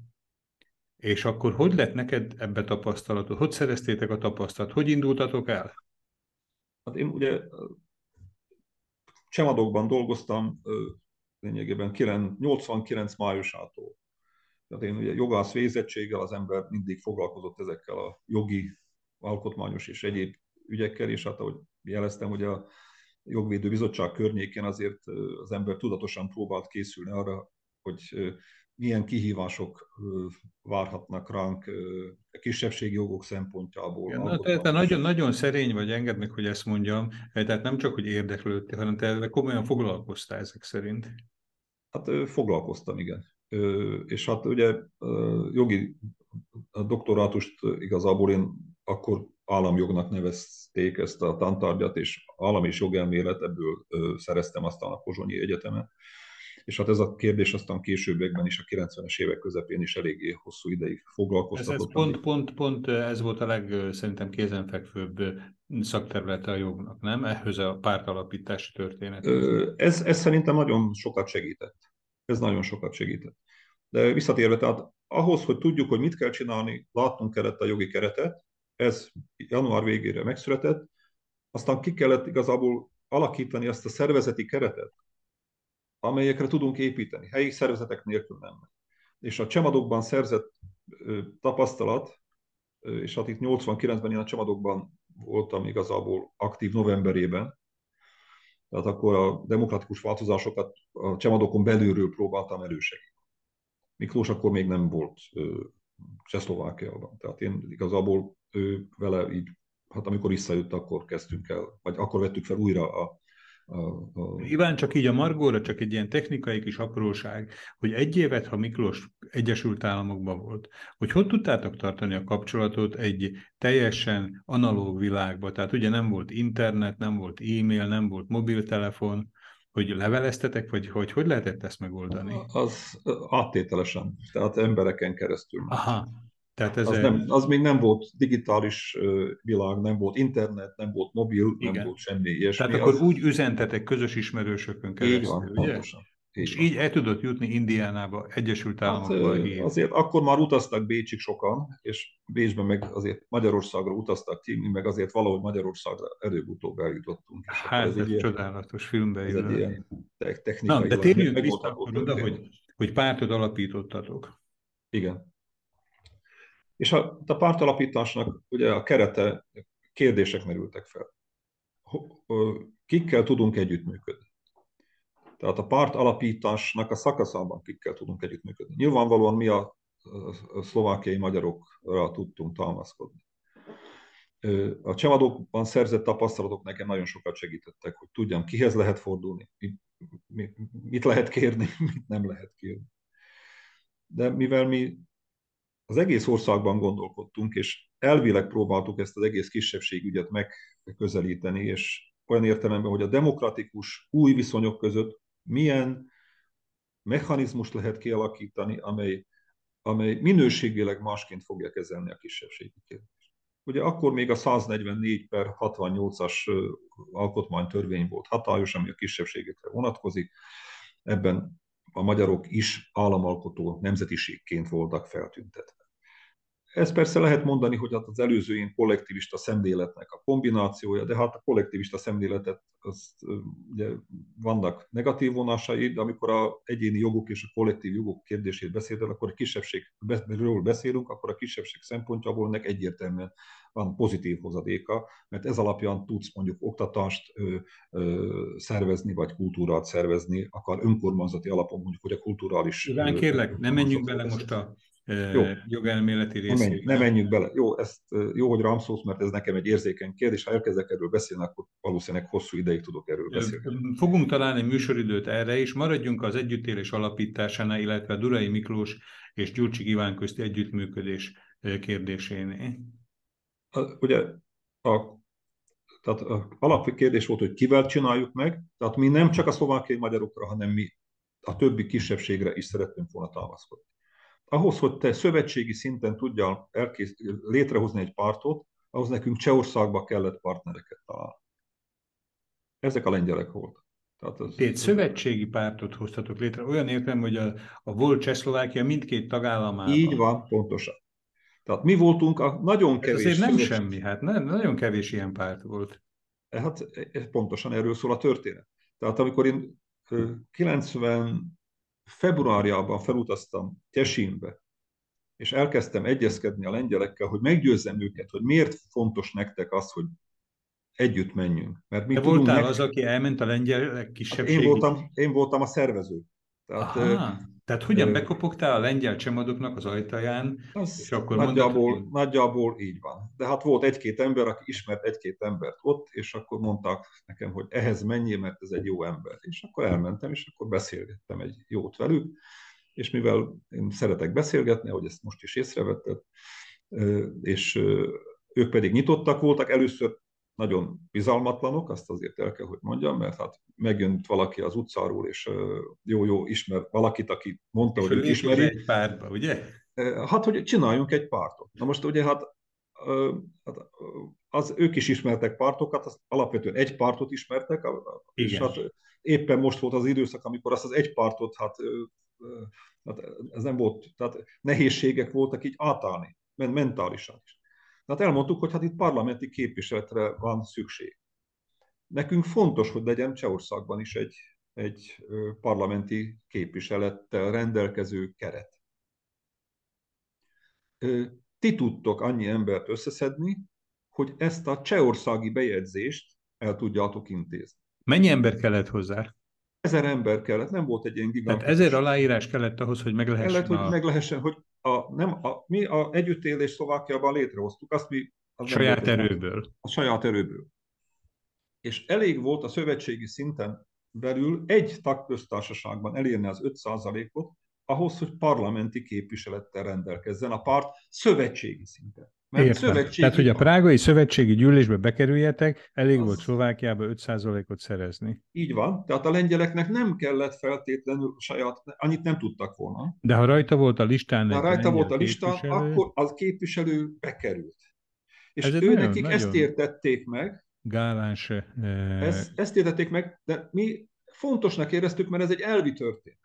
És akkor hogy lett neked ebbe tapasztalatod? Hogy szereztétek a tapasztalat? Hogy indultatok el? Hát én ugye Csemadokban dolgoztam lényegében 89 májusától. Tehát én ugye jogász végzettséggel, az ember mindig foglalkozott ezekkel a jogi, alkotmányos és egyéb ügyekkel, és hát ahogy jeleztem, hogy a jogvédő bizottság környékén azért az ember tudatosan próbált készülni arra, hogy milyen kihívások várhatnak ránk kisebbségi jogok szempontjából, Igen, na, te alkotmányos. nagyon szerény vagy, engedd meg, hogy ezt mondjam, tehát nem csak, hogy érdeklődtél, hanem te komolyan foglalkoztál ezek szerint. Hát foglalkoztam, igen. És hát ugye jogi doktorátust igazából én akkor államjognak nevezték ezt a tantárgyat, és állam és jogelmélet, ebből szereztem aztán a Pozsonyi Egyetemen. És hát ez a kérdés aztán későbbiekben is, a 90-es évek közepén is eléggé hosszú ideig Ez foglalkoztatott. pont ez volt a szerintem kézenfekvőbb szakterülete a jognak, nem? Ehhez a pártalapítási történethez. Ez szerintem nagyon sokat segített. Ez nagyon sokat segített. De visszatérve, tehát ahhoz, hogy tudjuk, hogy mit kell csinálni, látnunk kellett a jogi keretet, ez január végére megszületett, aztán ki kellett igazából alakítani azt a szervezeti keretet, amelyekre tudunk építeni. Helyi szervezetek nélkül nem. És a csemadokban szerzett tapasztalat, és hát itt 89-ben én a csemadokban voltam igazából aktív novemberében, tehát akkor a demokratikus változásokat a csemadokon belülről próbáltam erősíteni. Miklós akkor még nem volt Csehszlovákiában. Tehát én igazából vele így, hát amikor visszajött, akkor kezdtünk el, vagy akkor vettük fel újra a, a Iván, csak így a margóra, csak egy ilyen technikai kis apróság, hogy egy évet, ha Miklós Egyesült Államokban volt, hogy tudtátok tartani a kapcsolatot egy teljesen analóg világban, tehát ugye nem volt internet, nem volt e-mail, nem volt mobiltelefon, hogy leveleztetek, vagy hogy lehetett ezt megoldani? az áttételesen, tehát embereken keresztül ment. Aha, tehát ez, Az még nem volt digitális világ, nem volt internet, nem volt mobil, nem volt igen. semmi Tehát ilyesmi. akkor úgy üzentetek közös ismerősökön Így van, keresztül, ugye? pontosan. És Így van. így el tudott jutni Indiánába, Egyesült Hát Államokba a hír. azért akkor már utaztak Bécsig sokan, és Bécsben meg azért Magyarországra utaztak ki, mi meg azért valahogy Magyarországra előbb-utóbb eljutottunk, és akkor Hát ez csodálatos filmbe ez egy illő. ilyen Na, de technikailag térjünk vissza megoldható akkor oda, történet. hogy pártot alapítottatok. Igen. És a pártalapításnak ugye a kerete, kérdések merültek fel. Kikkel tudunk együttműködni? Tehát a párt alapításnak a szakaszában kikkel tudunk együttműködni. Nyilvánvalóan mi a szlovákiai magyarokra tudtunk támaszkodni. A családokban szerzett tapasztalatok nekem nagyon sokat segítettek, hogy tudjam, kihez lehet fordulni, mit lehet kérni, mit nem lehet kérni. De mivel mi az egész országban gondolkodtunk, és elvileg próbáltuk ezt az egész kisebbségügyet megközelíteni, és olyan értelemben, hogy a demokratikus új viszonyok között milyen mechanizmust lehet kialakítani, amely minőségileg másként fogja kezelni a kisebbségi kérdést. Ugye akkor még a 144 per 68-as alkotmánytörvény volt hatályos, ami a kisebbségekre vonatkozik. Ebben a magyarok is államalkotó nemzetiségként voltak feltüntetve. Ez persze lehet mondani, hogy hát az előző ilyen kollektivista szemléletnek a kombinációja, de hát a kollektivista szemléletet ugye vannak negatív vonásai, de amikor az egyéni jogok és a kollektív jogok kérdését beszélünk, akkor a kisebbségről beszélünk, akkor a kisebbség szempontjából ennek egyértelműen van pozitív hozadéka, mert ez alapján tudsz mondjuk oktatást szervezni, vagy kultúrát szervezni, akár önkormányzati alapon mondjuk, hogy a kulturális Iván, kérlek, ne menjünk önkormányzatról bele most beszélsz. a Jó, jogelméleti részébe. ne menjünk bele. Jó, hogy rám szólsz, mert ez nekem egy érzékeny kérdés. Ha elkezdek erről beszélni, akkor valószínűleg hosszú ideig tudok erről beszélni. Fogunk találni műsoridőt erre is, maradjunk az együttélés alapításánál, illetve a Durai Miklós és Gyurcsik Iván közti együttműködés kérdésénél. Ugye tehát a alapkérdés volt, hogy kivel csináljuk meg, tehát mi nem csak a szlovákiai magyarokra, hanem mi a többi kisebbségre is szeretnénk volna támaszkodni. Ahhoz, hogy te szövetségi szinten tudjál létrehozni egy pártot, ahhoz nekünk Csehországba kellett partnereket találni. Ezek a lengyelek voltak. Egy szövetségi pártot hoztatok létre, olyan értem, hogy a volt Csehszlovákia mindkét Így tagállamában. van, pontosan. Tehát mi voltunk a nagyon Ez azért kevés nem semmi, hát nagyon kevés ilyen párt volt. Hát pontosan erről szól a történet. Tehát amikor én 90 februárjában felutaztam Tesinbe, és elkezdtem egyezkedni a lengyelekkel, hogy meggyőzzem őket, hogy miért fontos nektek az, hogy együtt menjünk. Mert mi Te tudunk voltál az, aki elment a lengyelek Hát kisebbségi... én voltam a szervező. Tehát Aha. Tehát hogyan bekopogtál a lengyel csemadoknak az ajtaján, és Az akkor mondtad, hogy nagyjából, én nagyjából így van. De hát volt egy-két ember, aki ismert egy-két embert ott, és akkor mondták nekem, hogy ehhez menjél, mert ez egy jó ember. És akkor elmentem, és akkor beszélgettem egy jót velük, és mivel én szeretek beszélgetni, ahogy ezt most is észrevetted, és ők pedig nyitottak voltak, először nagyon bizalmatlanok, azt azért el kell, hogy mondjam, mert hát megjön valaki az utcáról, és jó ismer valakit, aki mondta, és hogy hogy őt lépjünk be ismeri, egy pártba, ugye? hát, hogy csináljunk egy pártot. Na most ugye hát az, ők is ismertek pártokat, az alapvetően egy pártot ismertek, és Igen. hát éppen most volt az időszak, amikor azt az egy pártot, hát ez nem volt, tehát nehézségek voltak így átállni, mentálisan is. Tehát elmondtuk, hogy hát itt parlamenti képviseletre van szükség. Nekünk fontos, hogy legyen Csehországban is egy parlamenti képviselettel rendelkező keret. Ti tudtok annyi embert összeszedni, hogy ezt a csehországi bejegyzést el tudjátok intézni. Mennyi ember kellett hozzá? 1000 ember kellett, nem volt egy ilyen Tehát 1000 gigantikus. aláírás kellett ahhoz, hogy meg Kellett, lehessen hogy a meg lehessen, hogy mi a együttélés Szlovákiában létrehoztuk, az nem volt saját egy erőből. a saját erőből. És elég volt a szövetségi szinten belül egy tagköztársaságban elérni az 5%-ot, ahhoz, hogy parlamenti képviselettel rendelkezzen a párt szövetségi szinten. Mert Értem. Tehát, szövetségi hogy a párt. prágai szövetségi gyűlésbe bekerüljetek, elég volt Az Szlovákiába 5%-ot szerezni. így van, tehát a lengyeleknek nem kellett feltétlenül saját, annyit nem tudtak volna. De ha rajta volt a listán De ha egy rajta lengyel volt a listán, képviselő, akkor az képviselő bekerült. ez És egy ő nekik ezt nagyon-nagyon értették meg, gáláns, ezt értették meg, de mi fontosnak éreztük, mert ez egy elvi történet.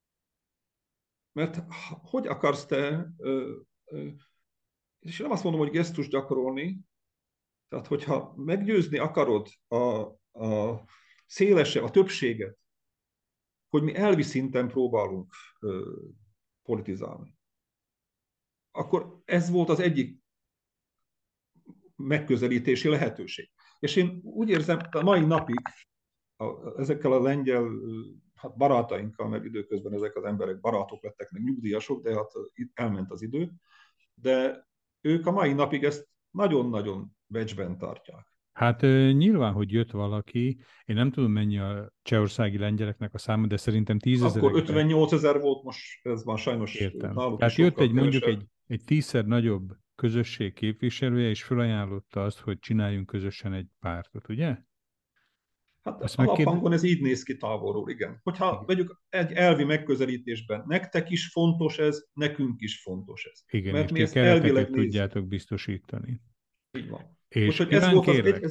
Mert hogy akarsz te, és nem azt mondom, hogy gesztus gyakorolni, tehát hogyha meggyőzni akarod a szélesebb, a többséget, hogy mi elvi szinten próbálunk politizálni, akkor ez volt az egyik megközelítési lehetőség. És én úgy érzem, a mai napig ezekkel a lengyel hát barátainkkal, mert időközben ezek az emberek barátok lettek, meg nyugdíjasok, de hát itt elment az idő, de ők a mai napig ezt nagyon-nagyon becsben tartják. hát nyilván, hogy jött valaki, én nem tudom mennyi a csehországi lengyeleknek a száma, de szerintem Akkor tízezerekben 58 000 volt, most ez már sajnos értem. náluk is Tehát jött sokkal egy mondjuk kevesebb. egy 10-szer nagyobb közösség képviselője, és felajánlotta azt, hogy csináljunk közösen egy pártot, ugye? Hát Azt megkérde... alaphangon ez így néz ki távolról, igen. Hogyha Igen. vegyük egy elvi megközelítésben, nektek is fontos ez, nekünk is fontos ez. Igen, és Mert mi ti a ezt elvileg kereteket nézzük. tudjátok biztosítani. Így van. És Úgyhogy Iván, kérlek,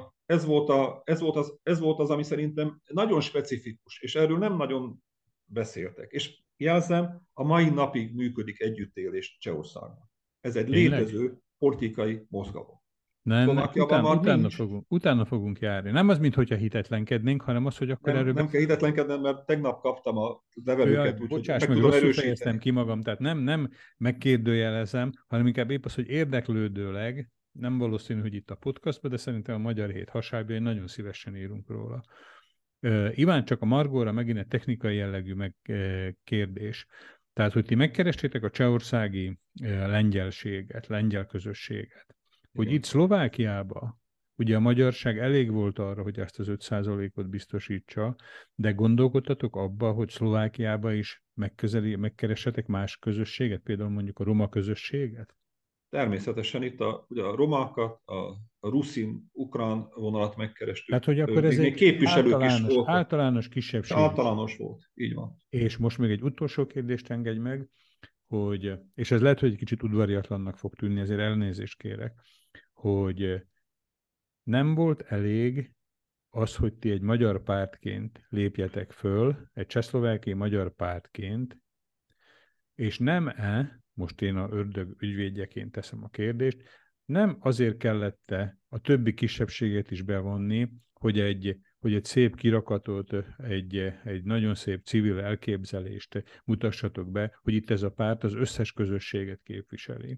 ez volt az, ami szerintem nagyon specifikus, és erről nem nagyon beszéltek. És jelzem, a mai napig működik együttélés Csehországban. Ez egy tényleg? létező politikai mozgalom. Nem, Szlovákiában már nincs. utána fogunk járni. Nem az, mintha hitetlenkednénk, hanem az, hogy akkor erről Nem kell hitetlenkednem, mert tegnap kaptam a Jaj, levelőket, úgyhogy bocsáss meg meg, tudom rosszul fejeztem erősíteni. ki magam, tehát nem megkérdőjelezem, hanem inkább épp az, hogy érdeklődőleg, nem valószínű, hogy itt a podcastban, de szerintem a Magyar Hét hasábjain nagyon szívesen írunk róla. Iván, csak a Margóra megint egy technikai jellegű kérdés. Tehát, hogy ti megkerestétek a csehországi lengyelséget, lengyel közösséget, hogy itt Igen. Szlovákiába ugye a magyarság elég volt arra, hogy ezt az 5%-ot biztosítsa, de gondolkodtatok abba, hogy Szlovákiába is megkeressetek más közösséget, például mondjuk a roma közösséget? Természetesen itt ugye a romákat, a ruszin, ukrán vonalat Tehát, megkerestük. hogy akkor ez Még egy képviselők is voltak. általános kisebbségi. Általános volt, így van. És most még egy utolsó kérdést engedj meg, hogy, és ez lehet, hogy egy kicsit udvariatlannak fog tűnni, ezért elnézést kérek, hogy nem volt elég az, hogy ti egy magyar pártként lépjetek föl, egy csehszlovákiai magyar pártként, és nem-e, most én a ördög ügyvédjeként teszem a kérdést, nem azért kellett-e a többi kisebbséget is bevonni, hogy egy szép kirakatot, egy nagyon szép civil elképzelést mutassatok be, hogy itt ez a párt az összes közösséget képviseli.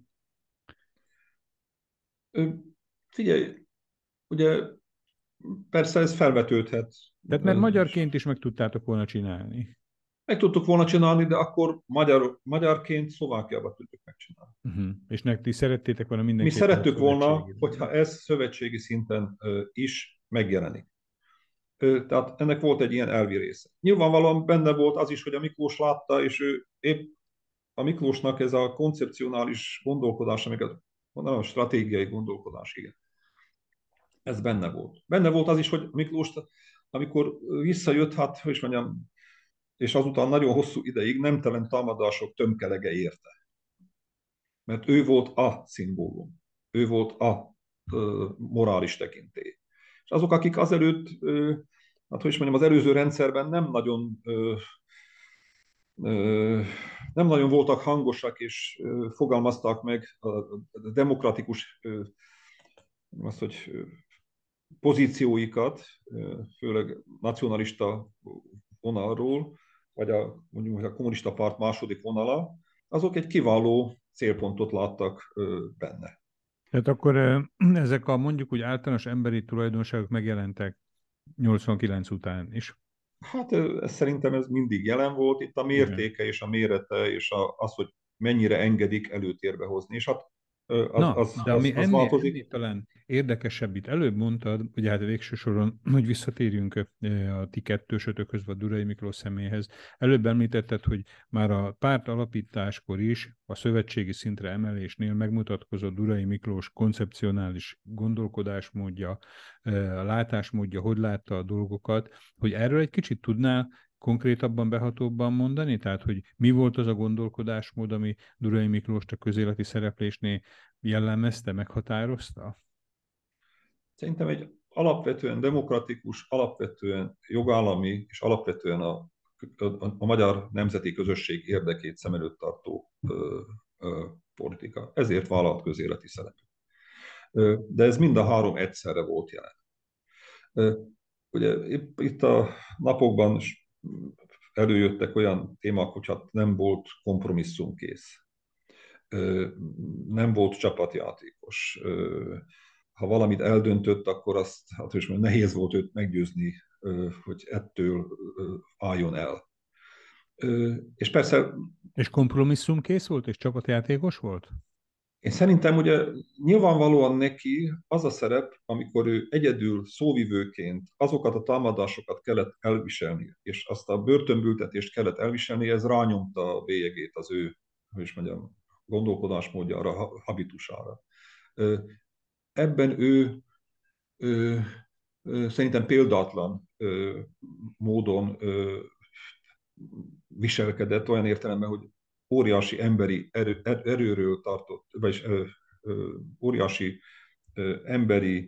Figyelj, ugye persze ez felvetődhet. Tehát mert magyarként is meg tudtátok volna csinálni. Meg tudtuk volna csinálni, de akkor magyarként Szlovákiában tudjuk megcsinálni. És nektek szerettétek volna Mi mindenképpen a szerettük volna, szövetségi hogyha legyen. ez szövetségi szinten is megjelenik. Tehát ennek volt egy ilyen elvi része. Nyilvánvalóan benne volt az is, hogy a Miklós látta, és ő épp a Miklósnak ez a koncepcionális gondolkodás, amiket mondanom, a stratégiai gondolkodás, igen. Ez benne volt. Benne volt az is, hogy Miklós, amikor visszajött, hát, hogy is mondjam, és azután nagyon hosszú ideig nemtelen támadások tömkelege érte. Mert ő volt a szimbólum. Ő volt a morális tekintély. És azok, akik azelőtt, hát hogy is mondjam, az előző rendszerben nem nagyon voltak hangosak, és fogalmazták meg a demokratikus azt, hogy pozícióikat, főleg nacionalista vonalról, vagy mondjuk a kommunista párt második vonala, azok egy kiváló célpontot láttak benne. Tehát akkor ezek a mondjuk úgy általános emberi tulajdonságok megjelentek 89 után is. Hát szerintem ez mindig jelen volt, itt a Igen. mértéke és a mérete, és az, hogy mennyire engedik előtérbe hozni. És hát Na, de ami az ennél változik. talán érdekesebb, itt előbb mondtad, ugye hát végső soron, hogy visszatérjünk a ti kettősötökhöz, vagy Durai Miklós személyhez. Előbb említetted, hogy már a párt alapításkor is a szövetségi szintre emelésnél megmutatkozott Durai Miklós koncepcionális gondolkodásmódja, látásmódja, hogy látta a dolgokat, hogy erről egy kicsit tudnál konkrétabban, behatóbban mondani? Tehát, hogy mi volt az a gondolkodásmód, ami Durai Miklóst a közéleti szereplésnél jellemezte, meghatározta? Szerintem egy alapvetően demokratikus, alapvetően jogállami, és alapvetően a magyar nemzeti közösség érdekét szem előtt tartó politika. Ezért vállalt közéleti szerepet. De ez mind a három egyszerre volt jelen. Ugye itt a napokban előjöttek olyan témák, hogy hát nem volt kompromisszumkész, nem volt csapatjátékos. Ha valamit eldöntött, akkor azt, hát is nehéz volt őt meggyőzni, hogy ettől álljon el. És persze És kompromisszumkész volt, és csapatjátékos volt? én szerintem ugye nyilvánvalóan neki az a szerep, amikor ő egyedül szóvivőként azokat a támadásokat kellett elviselni, és azt a börtönbüntetést kellett elviselni, ez rányomta a bélyegét az ő, hogy is mondjam, gondolkodásmódjára, habitusára. Ebben ő szerintem példátlan módon viselkedett olyan értelemben, hogy óriási emberi erőről tartott, vagyis óriási emberi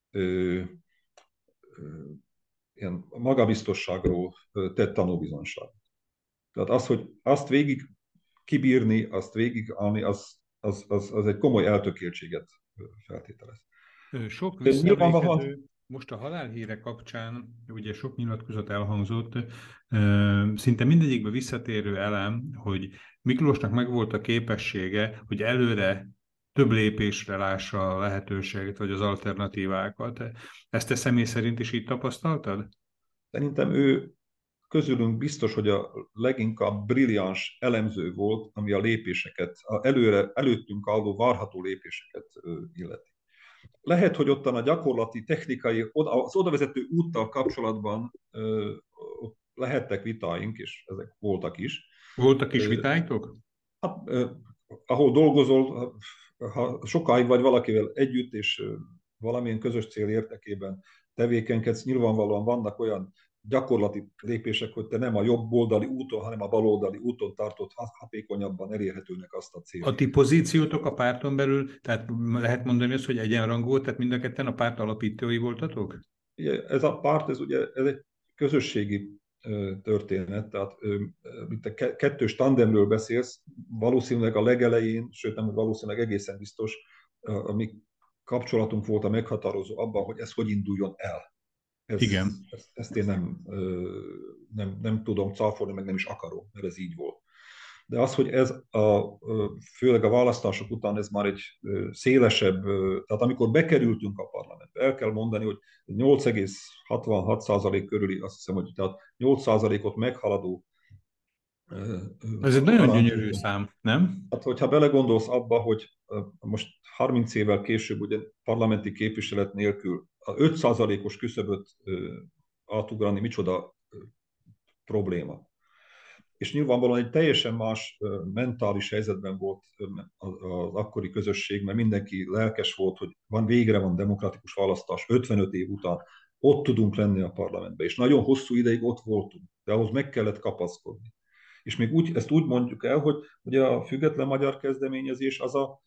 ilyen magabiztosságról tett tanúbizonyságot. Tehát az, hogy azt végig kibírni, azt végigállni, az egy komoly eltökéltséget feltételez. Sok Nyilvánvalóan visszaemlékező, most a halálhíre kapcsán, ugye sok nyilatkozat elhangzott, szinte mindegyikben visszatérő elem, hogy Miklósnak megvolt a képessége, hogy előre több lépésre lássa a lehetőséget, vagy az alternatívákat. Ezt te személy szerint is így tapasztaltad? szerintem ő közülünk biztos, hogy a leginkább brilliáns elemző volt, ami a lépéseket, előttünk álló várható lépéseket illeti. Lehet, hogy ottan a gyakorlati, technikai, az odavezető úttal kapcsolatban lehettek vitáink, és ezek voltak is. Voltak is vitáitok? Hát, ahol dolgozol, ha sokáig vagy valakivel együtt, és valamilyen közös cél érdekében tevékenykedsz, nyilvánvalóan vannak olyan gyakorlati lépések, hogy te nem a jobb oldali úton, hanem a bal oldali úton tartod hatékonyabban elérhetőnek azt a célt. A ti pozíciótok a párton belül, tehát lehet mondani azt, hogy egyenrangú volt, tehát mind a ketten a párt alapítói voltatok? Ugye ez a párt, ez egy közösségi történet, tehát itt a kettős tandemről beszélsz, valószínűleg a legelején, sőt nem valószínűleg egészen biztos, a mi kapcsolatunk volt a meghatározó abban, hogy ez hogy induljon el. Igen. Ezt én nem tudom cáfolni, meg nem is akarom, mert ez így volt. De az, hogy ez főleg a választások után ez már egy szélesebb, tehát amikor bekerültünk a parlamentbe, el kell mondani, hogy 8,66% körüli, azt hiszem, hogy tehát 8%-ot meghaladó Ez egy nagyon gyönyörű garantálja. szám, nem? Hát, hogyha belegondolsz abba, hogy most 30 évvel később ugye parlamenti képviselet nélkül a 5%-os küszöböt átugrani, micsoda probléma. És nyilvánvalóan egy teljesen más mentális helyzetben volt az akkori közösség, mert mindenki lelkes volt, hogy végre van demokratikus választás 55 év után, ott tudunk lenni a parlamentben, és nagyon hosszú ideig ott voltunk, de ahhoz meg kellett kapaszkodni. És még ezt úgy mondjuk el, hogy ugye a független magyar kezdeményezés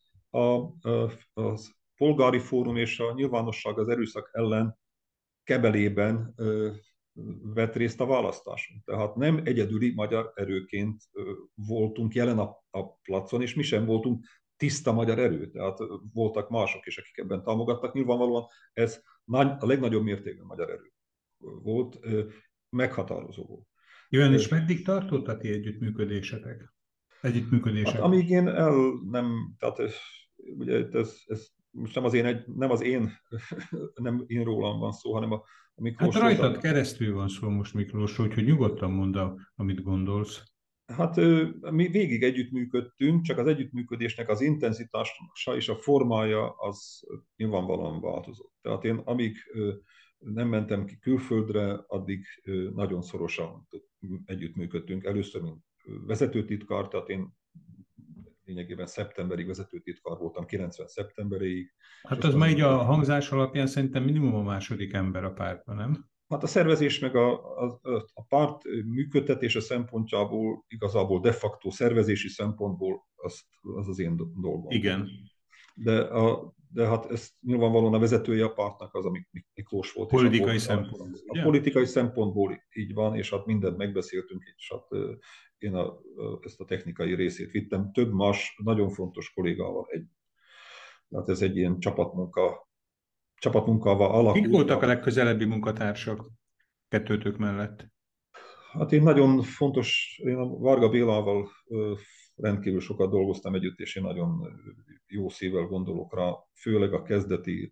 a polgári fórum és a nyilvánosság az erőszak ellen kebelében vett részt a választáson. Tehát nem egyedüli magyar erőként voltunk jelen a placon, és mi sem voltunk tiszta magyar erő. Tehát voltak mások is, akik ebben támogattak. Nyilvánvalóan ez a legnagyobb mértékben magyar erő volt, meghatározó volt. Jön, és meddig tartott a ti együttműködésetek? Hát Együttműködések? amíg én nem, tehát ugye ez most nem az én, nem én rólam van szó, hanem a Hát Miklósról. rajtad keresztül van szó most Miklós, úgyhogy nyugodtan mondd, amit gondolsz. Hát mi végig együttműködtünk, csak az együttműködésnek az intenzitása és a formája az nyilvánvalóan változott. Tehát én amíg nem mentem ki külföldre, addig nagyon szorosan együttműködtünk. Először, mint vezetőtitkár, tehát én lényegében szeptemberig vezetőtitkár voltam, 90 szeptemberéig, és Hát az aztán már így a hangzás alapján szerintem minimum a második ember a pártban, nem? hát a szervezés meg a párt működtetése szempontjából igazából de facto szervezési szempontból az én dolgom volt. Igen. De hát ez nyilvánvalóan a vezetője a pártnak az, ami Miklós volt. Politikai És szempontból, a ugye? politikai szempontból így van, és hát mindent megbeszéltünk, és hát én ezt a technikai részét vittem több más nagyon fontos kollégával együtt. Tehát ez egy ilyen csapatmunkával Kik alakult. voltak a legközelebbi munkatársak kettőtök mellett? Hát én a Varga Bélával rendkívül sokat dolgoztam együtt, és én nagyon jó szívvel gondolok rá, főleg a kezdeti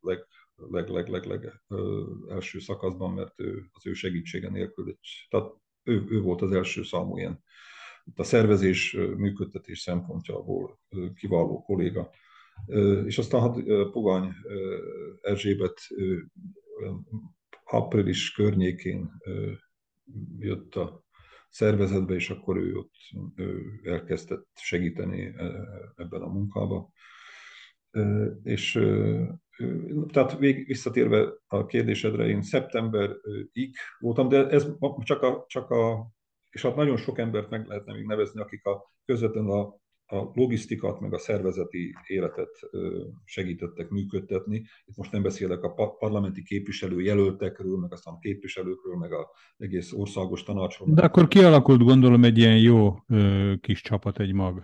első szakaszban, mert az ő segítsége nélkül, tehát ő volt az első számú ilyen a szervezés, működtetés szempontjából kiváló kolléga. És aztán hát Pogány Erzsébet április környékén jött a szervezetbe, és akkor ő ott elkezdett segíteni ebben a munkában. És tehát visszatérve a kérdésedre, én szeptemberig voltam, de ez és hát nagyon sok embert meg lehetne még nevezni, akik közvetlenül a logisztikát, meg a szervezeti életet segítettek működtetni. Itt most nem beszélek a parlamenti képviselő jelöltekről, meg aztán a képviselőkről, meg az egész országos tanácsról. De akkor kialakult, gondolom, egy ilyen jó kis csapat, egy mag.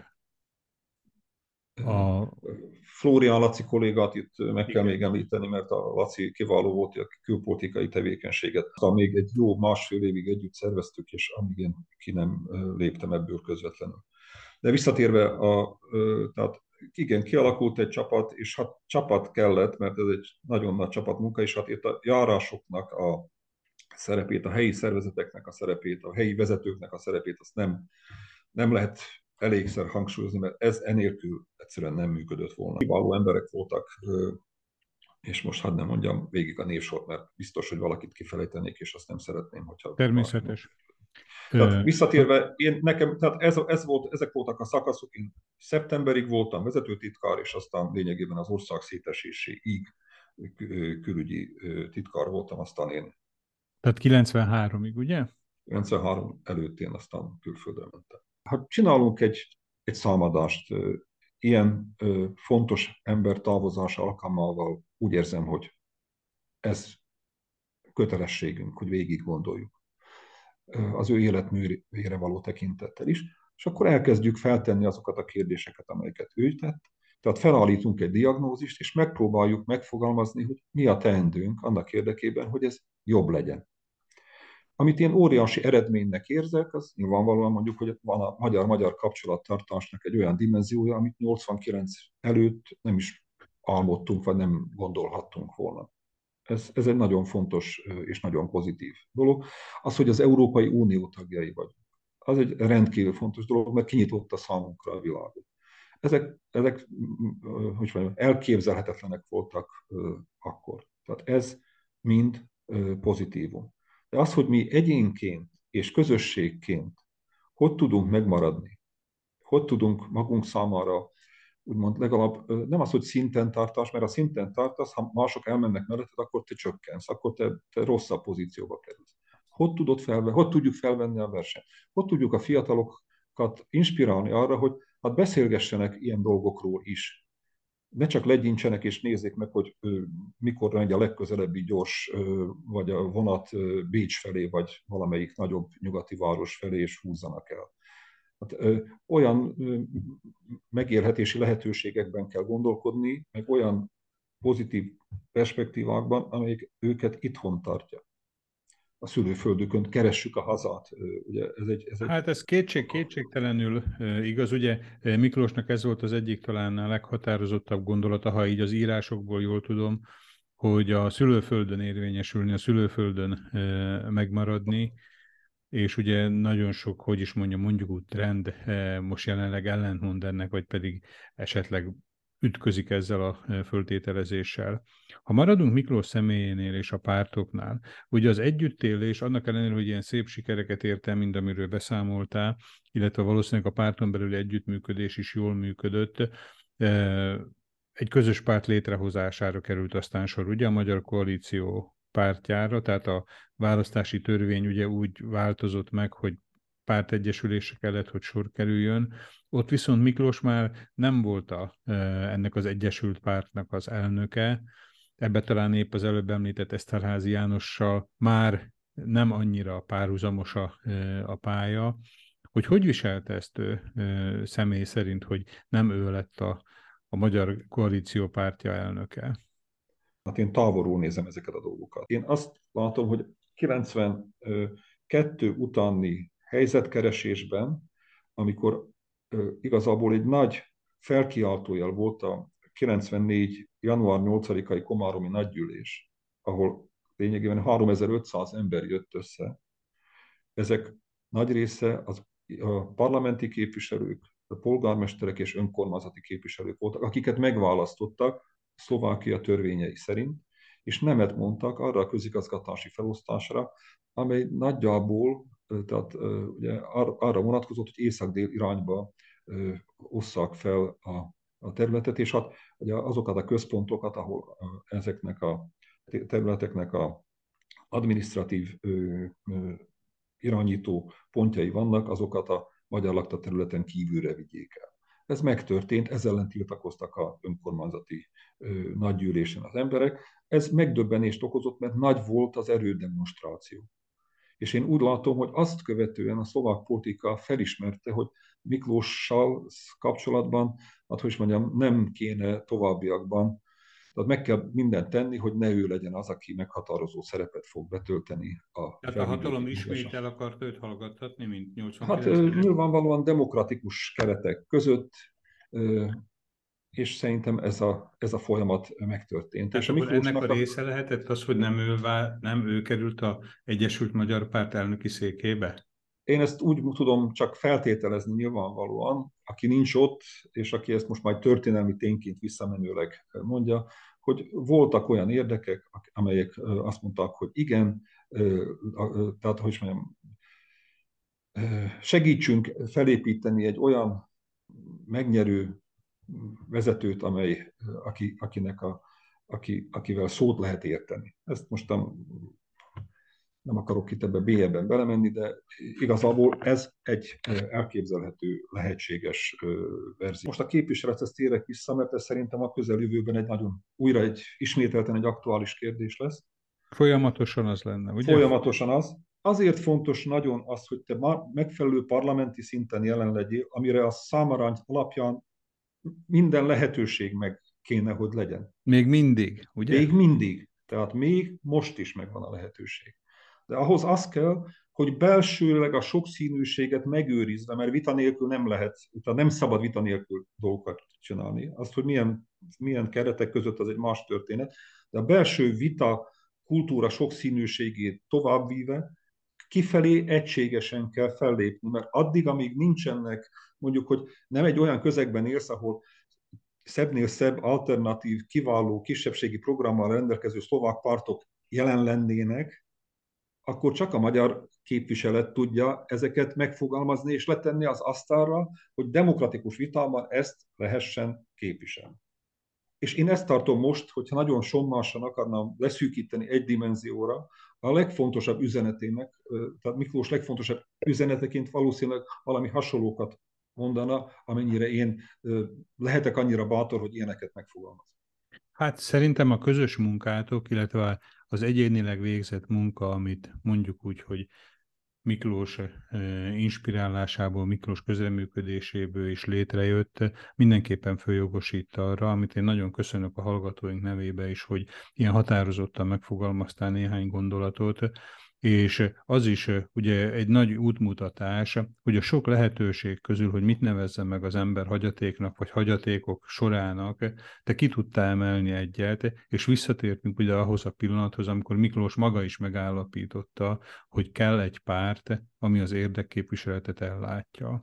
A... Flórián Laci kollégát itt meg kell Igen. még említeni, mert a Laci kiváló volt a külpolitikai tevékenységet. Aztán még egy jó másfél évig együtt szerveztük, és amíg én ki nem léptem ebből közvetlenül. De visszatérve, tehát igen, kialakult egy csapat, és hát csapat kellett, mert ez egy nagyon nagy csapatmunka, és hát itt a járásoknak a szerepét, a helyi szervezeteknek a szerepét, a helyi vezetőknek a szerepét, azt nem lehet elégszer hangsúlyozni, mert ez enélkül egyszerűen nem működött volna. Kiváló emberek voltak, és most hadd nem mondjam végig a névsort, mert biztos, hogy valakit kifelejtenék, és azt nem szeretném, hogyha... Természetes. Tehát visszatérve, tehát ezek voltak a szakaszok, én szeptemberig voltam vezetőtitkár, és aztán lényegében az ország széteséséig külügyi titkár voltam, aztán én Tehát 93-ig, ugye? 93 előtt én aztán külföldre mentem. Ha csinálunk egy számadást, ilyen fontos ember távozása alkalmával úgy érzem, hogy ez kötelességünk, hogy végig gondoljuk az ő életművére való tekintettel is, és akkor elkezdjük feltenni azokat a kérdéseket, amelyeket ő tett. Tehát felállítunk egy diagnózist, és megpróbáljuk megfogalmazni, hogy mi a teendőnk annak érdekében, hogy ez jobb legyen. Amit én óriási eredménynek érzek, az nyilvánvalóan mondjuk, hogy van a magyar-magyar kapcsolattartásnak egy olyan dimenziója, amit 89 előtt nem is álmodtunk, vagy nem gondolhattunk volna. Ez egy nagyon fontos és nagyon pozitív dolog. Az, hogy az Európai Unió tagjai vagyunk. az egy rendkívül fontos dolog, mert kinyitotta számunkra a világot. Ezek hogy mondjam, elképzelhetetlenek voltak akkor. Tehát ez mind pozitívum. De az, hogy mi egyénként és közösségként hogy tudunk megmaradni, hogy tudunk magunk számára úgymond legalább nem az, hogy szinten tartás, mert a szinten tartasz, ha mások elmennek melletted, akkor te csökkensz, akkor te rosszabb pozícióba kerülsz. Hogy tudjuk felvenni a versenyt? Hogy tudjuk a fiatalokat inspirálni arra, hogy hát beszélgessenek ilyen dolgokról is. Ne csak legyintsenek és nézzék meg, hogy mikor megy a legközelebbi gyors, vagy a vonat Bécs felé, vagy valamelyik nagyobb nyugati város felé, és húzzanak el. Hát, olyan megélhetési lehetőségekben kell gondolkodni, meg olyan pozitív perspektívákban, amelyik őket itthon tartja. A szülőföldükön keressük a hazát. Ugye Hát ez kétségtelenül igaz. Ugye Miklósnak ez volt az egyik talán a leghatározottabb gondolata, ha így az írásokból jól tudom, hogy a szülőföldön érvényesülni, a szülőföldön megmaradni, és ugye nagyon sok, hogy is mondjuk úgy trend most jelenleg ellentmond ennek, vagy pedig esetleg ütközik ezzel a föltételezéssel. Ha maradunk Miklós személyénél és a pártoknál, ugye az együttélés, annak ellenére, hogy ilyen szép sikereket ért el, mint amiről beszámoltál, illetve valószínűleg a párton belüli együttműködés is jól működött, egy közös párt létrehozására került aztán sor, ugye a Magyar Koalíció pártjára, tehát a választási törvény ugye úgy változott meg, hogy pártegyesülésre kellett, hogy sor kerüljön. Ott viszont Miklós már nem volt ennek az Egyesült Pártnak az elnöke. Ebbe talán épp az előbb említett Eszterházy Jánossal már nem annyira párhuzamos a pálya. Hogy viselte ezt személy szerint, hogy nem ő lett a Magyar Koalíció pártja elnöke? Hát én távolról nézem ezeket a dolgokat. Én azt látom, hogy 92 utáni helyzetkeresésben, amikor igazából egy nagy felkiáltójel volt a 94. január 8-ai komáromi nagygyűlés, ahol lényegében 3500 ember jött össze. Ezek nagy része a parlamenti képviselők, a polgármesterek és önkormányzati képviselők voltak, akiket megválasztottak Szlovákia törvényei szerint, és nemet mondtak arra a közigazgatási felosztásra, amely nagyjából tehát, ugye arra vonatkozott, hogy észak-dél irányba osszák fel a területet, és hát ugye azokat a központokat, ahol ezeknek a területeknek a adminisztratív irányító pontjai vannak, azokat a magyar lakta területen kívülre vigyék el. Ez megtörtént, ezzel ellen tiltakoztak a önkormányzati nagygyűlésen az emberek. Ez megdöbbenést okozott, mert nagy volt az erődemonstráció. És én úgy látom, hogy azt követően a szlovák politika felismerte, hogy Miklóssal kapcsolatban, hát hogy is mondjam, nem kéne továbbiakban, tehát meg kell mindent tenni, hogy ne ő legyen az, aki meghatározó szerepet fog betölteni a Tehát a hatalom ismét el akart őt hallgattatni, mint Hát 89-ben? nyilvánvalóan demokratikus keretek között, és szerintem ez a folyamat megtörtént. Tehát És a akkor ennek a Miklósnak része lehetett az, hogy nem ő került a Egyesült Magyar Párt elnöki székébe? én ezt úgy tudom csak feltételezni nyilvánvalóan, aki nincs ott, és aki ezt most majd történelmi tényként visszamenőleg mondja, hogy voltak olyan érdekek, amelyek azt mondták, hogy igen, tehát hogy is mondjam, segítsünk felépíteni egy olyan megnyerő vezetőt, akivel szót lehet érteni. Ezt most nem akarok itt ebbe mélyebben belemenni, de igazából ez egy elképzelhető, lehetséges verzió. Most a képviselethez térek vissza, mert ez szerintem a közeljövőben ismételten egy aktuális kérdés lesz. Folyamatosan az lenne, ugye? Folyamatosan az. Azért fontos nagyon az, hogy te megfelelő parlamenti szinten jelen legyél, amire a számarány alapján minden lehetőség meg kéne, hogy legyen. Még mindig, ugye? Még mindig. Tehát még most is megvan a lehetőség. De ahhoz az kell, hogy belsőleg a sokszínűséget megőrizve, mert vita nélkül nem lehet, nem szabad vita nélkül dolgokat csinálni. Azt, hogy milyen keretek között, az egy más történet. De a belső vita kultúra sokszínűségét továbbvíve kifelé egységesen kell fellépni, mert addig, amíg nincsenek, mondjuk, hogy nem egy olyan közegben élsz, ahol szebbnél szebb, alternatív, kiváló, kisebbségi programmal rendelkező szlovák pártok jelen lennének, akkor csak a magyar képviselet tudja ezeket megfogalmazni és letenni az asztalra, hogy demokratikus vitában ezt lehessen képviselni. És én ezt tartom most, hogyha nagyon sommásan akarnám leszűkíteni egy dimenzióra, a legfontosabb üzenetének, tehát Miklós legfontosabb üzeneteként valószínűleg valami hasonlókat mondana, amennyire én lehetek annyira bátor, hogy ilyeneket megfogalmazom. Hát szerintem a közös munkátok, illetve az egyénileg végzett munka, amit mondjuk úgy, hogy Miklós inspirálásából, Miklós közreműködéséből is létrejött, mindenképpen följogosít arra, amit én nagyon köszönök a hallgatóink nevébe is, hogy ilyen határozottan megfogalmaztál néhány gondolatot, és az is ugye egy nagy útmutatás, hogy a sok lehetőség közül, hogy mit nevezzen meg az ember hagyatéknak, vagy hagyatékok sorának, te ki tudtál emelni egyet, és visszatértünk ugye ahhoz a pillanathoz, amikor Miklós maga is megállapította, hogy kell egy párt, ami az érdekképviseletet ellátja.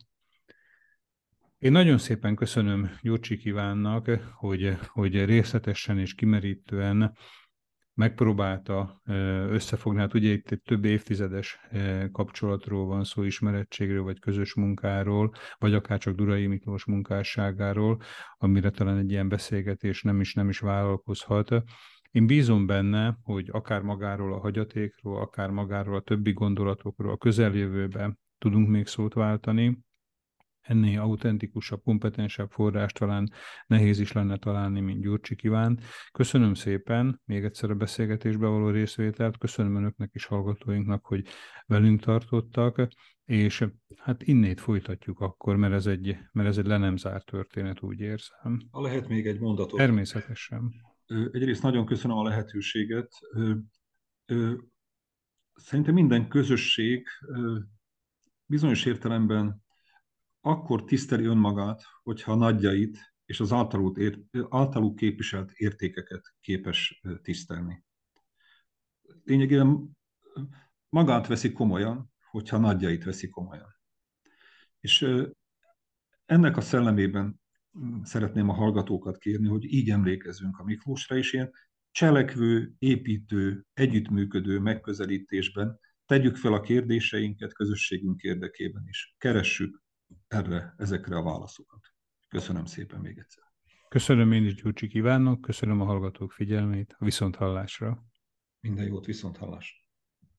Én nagyon szépen köszönöm Gyurcsik Ivánnak, hogy részletesen és kimerítően megpróbálta összefogni. Hát ugye itt egy több évtizedes kapcsolatról van szó, ismerettségről, vagy közös munkáról, vagy akár csak Durai Miklós munkásságáról, amire talán egy ilyen beszélgetés nem is vállalkozhat. Én bízom benne, hogy akár magáról a hagyatékról, akár magáról a többi gondolatokról a közeljövőben tudunk még szót váltani. Ennél autentikusabb, kompetensebb forrást talán nehéz is lenne találni, mint Gyurcsik Iván. Köszönöm szépen még egyszer a beszélgetésbe való részvételt, köszönöm önöknek és hallgatóinknak, hogy velünk tartottak, és hát innét folytatjuk akkor, mert ez egy le nem zárt történet, úgy érzem. Ha lehet még egy mondatot. Természetesen. Egyrészt nagyon köszönöm a lehetőséget. Szerintem minden közösség bizonyos értelemben akkor tiszteli önmagát, hogyha a nagyjait és az általuk képviselt értékeket képes tisztelni. Lényegében magát veszi komolyan, hogyha a nagyjait veszi komolyan. És ennek a szellemében szeretném a hallgatókat kérni, hogy így emlékezzünk a Miklósra, és ilyen cselekvő, építő, együttműködő megközelítésben tegyük fel a kérdéseinket közösségünk érdekében is. Keressük ezekre a válaszokat. Köszönöm szépen még egyszer. Köszönöm én is Gyurcsik Ivánnak, köszönöm a hallgatók figyelmét, a viszonthallásra. Minden jót, viszonthallásra.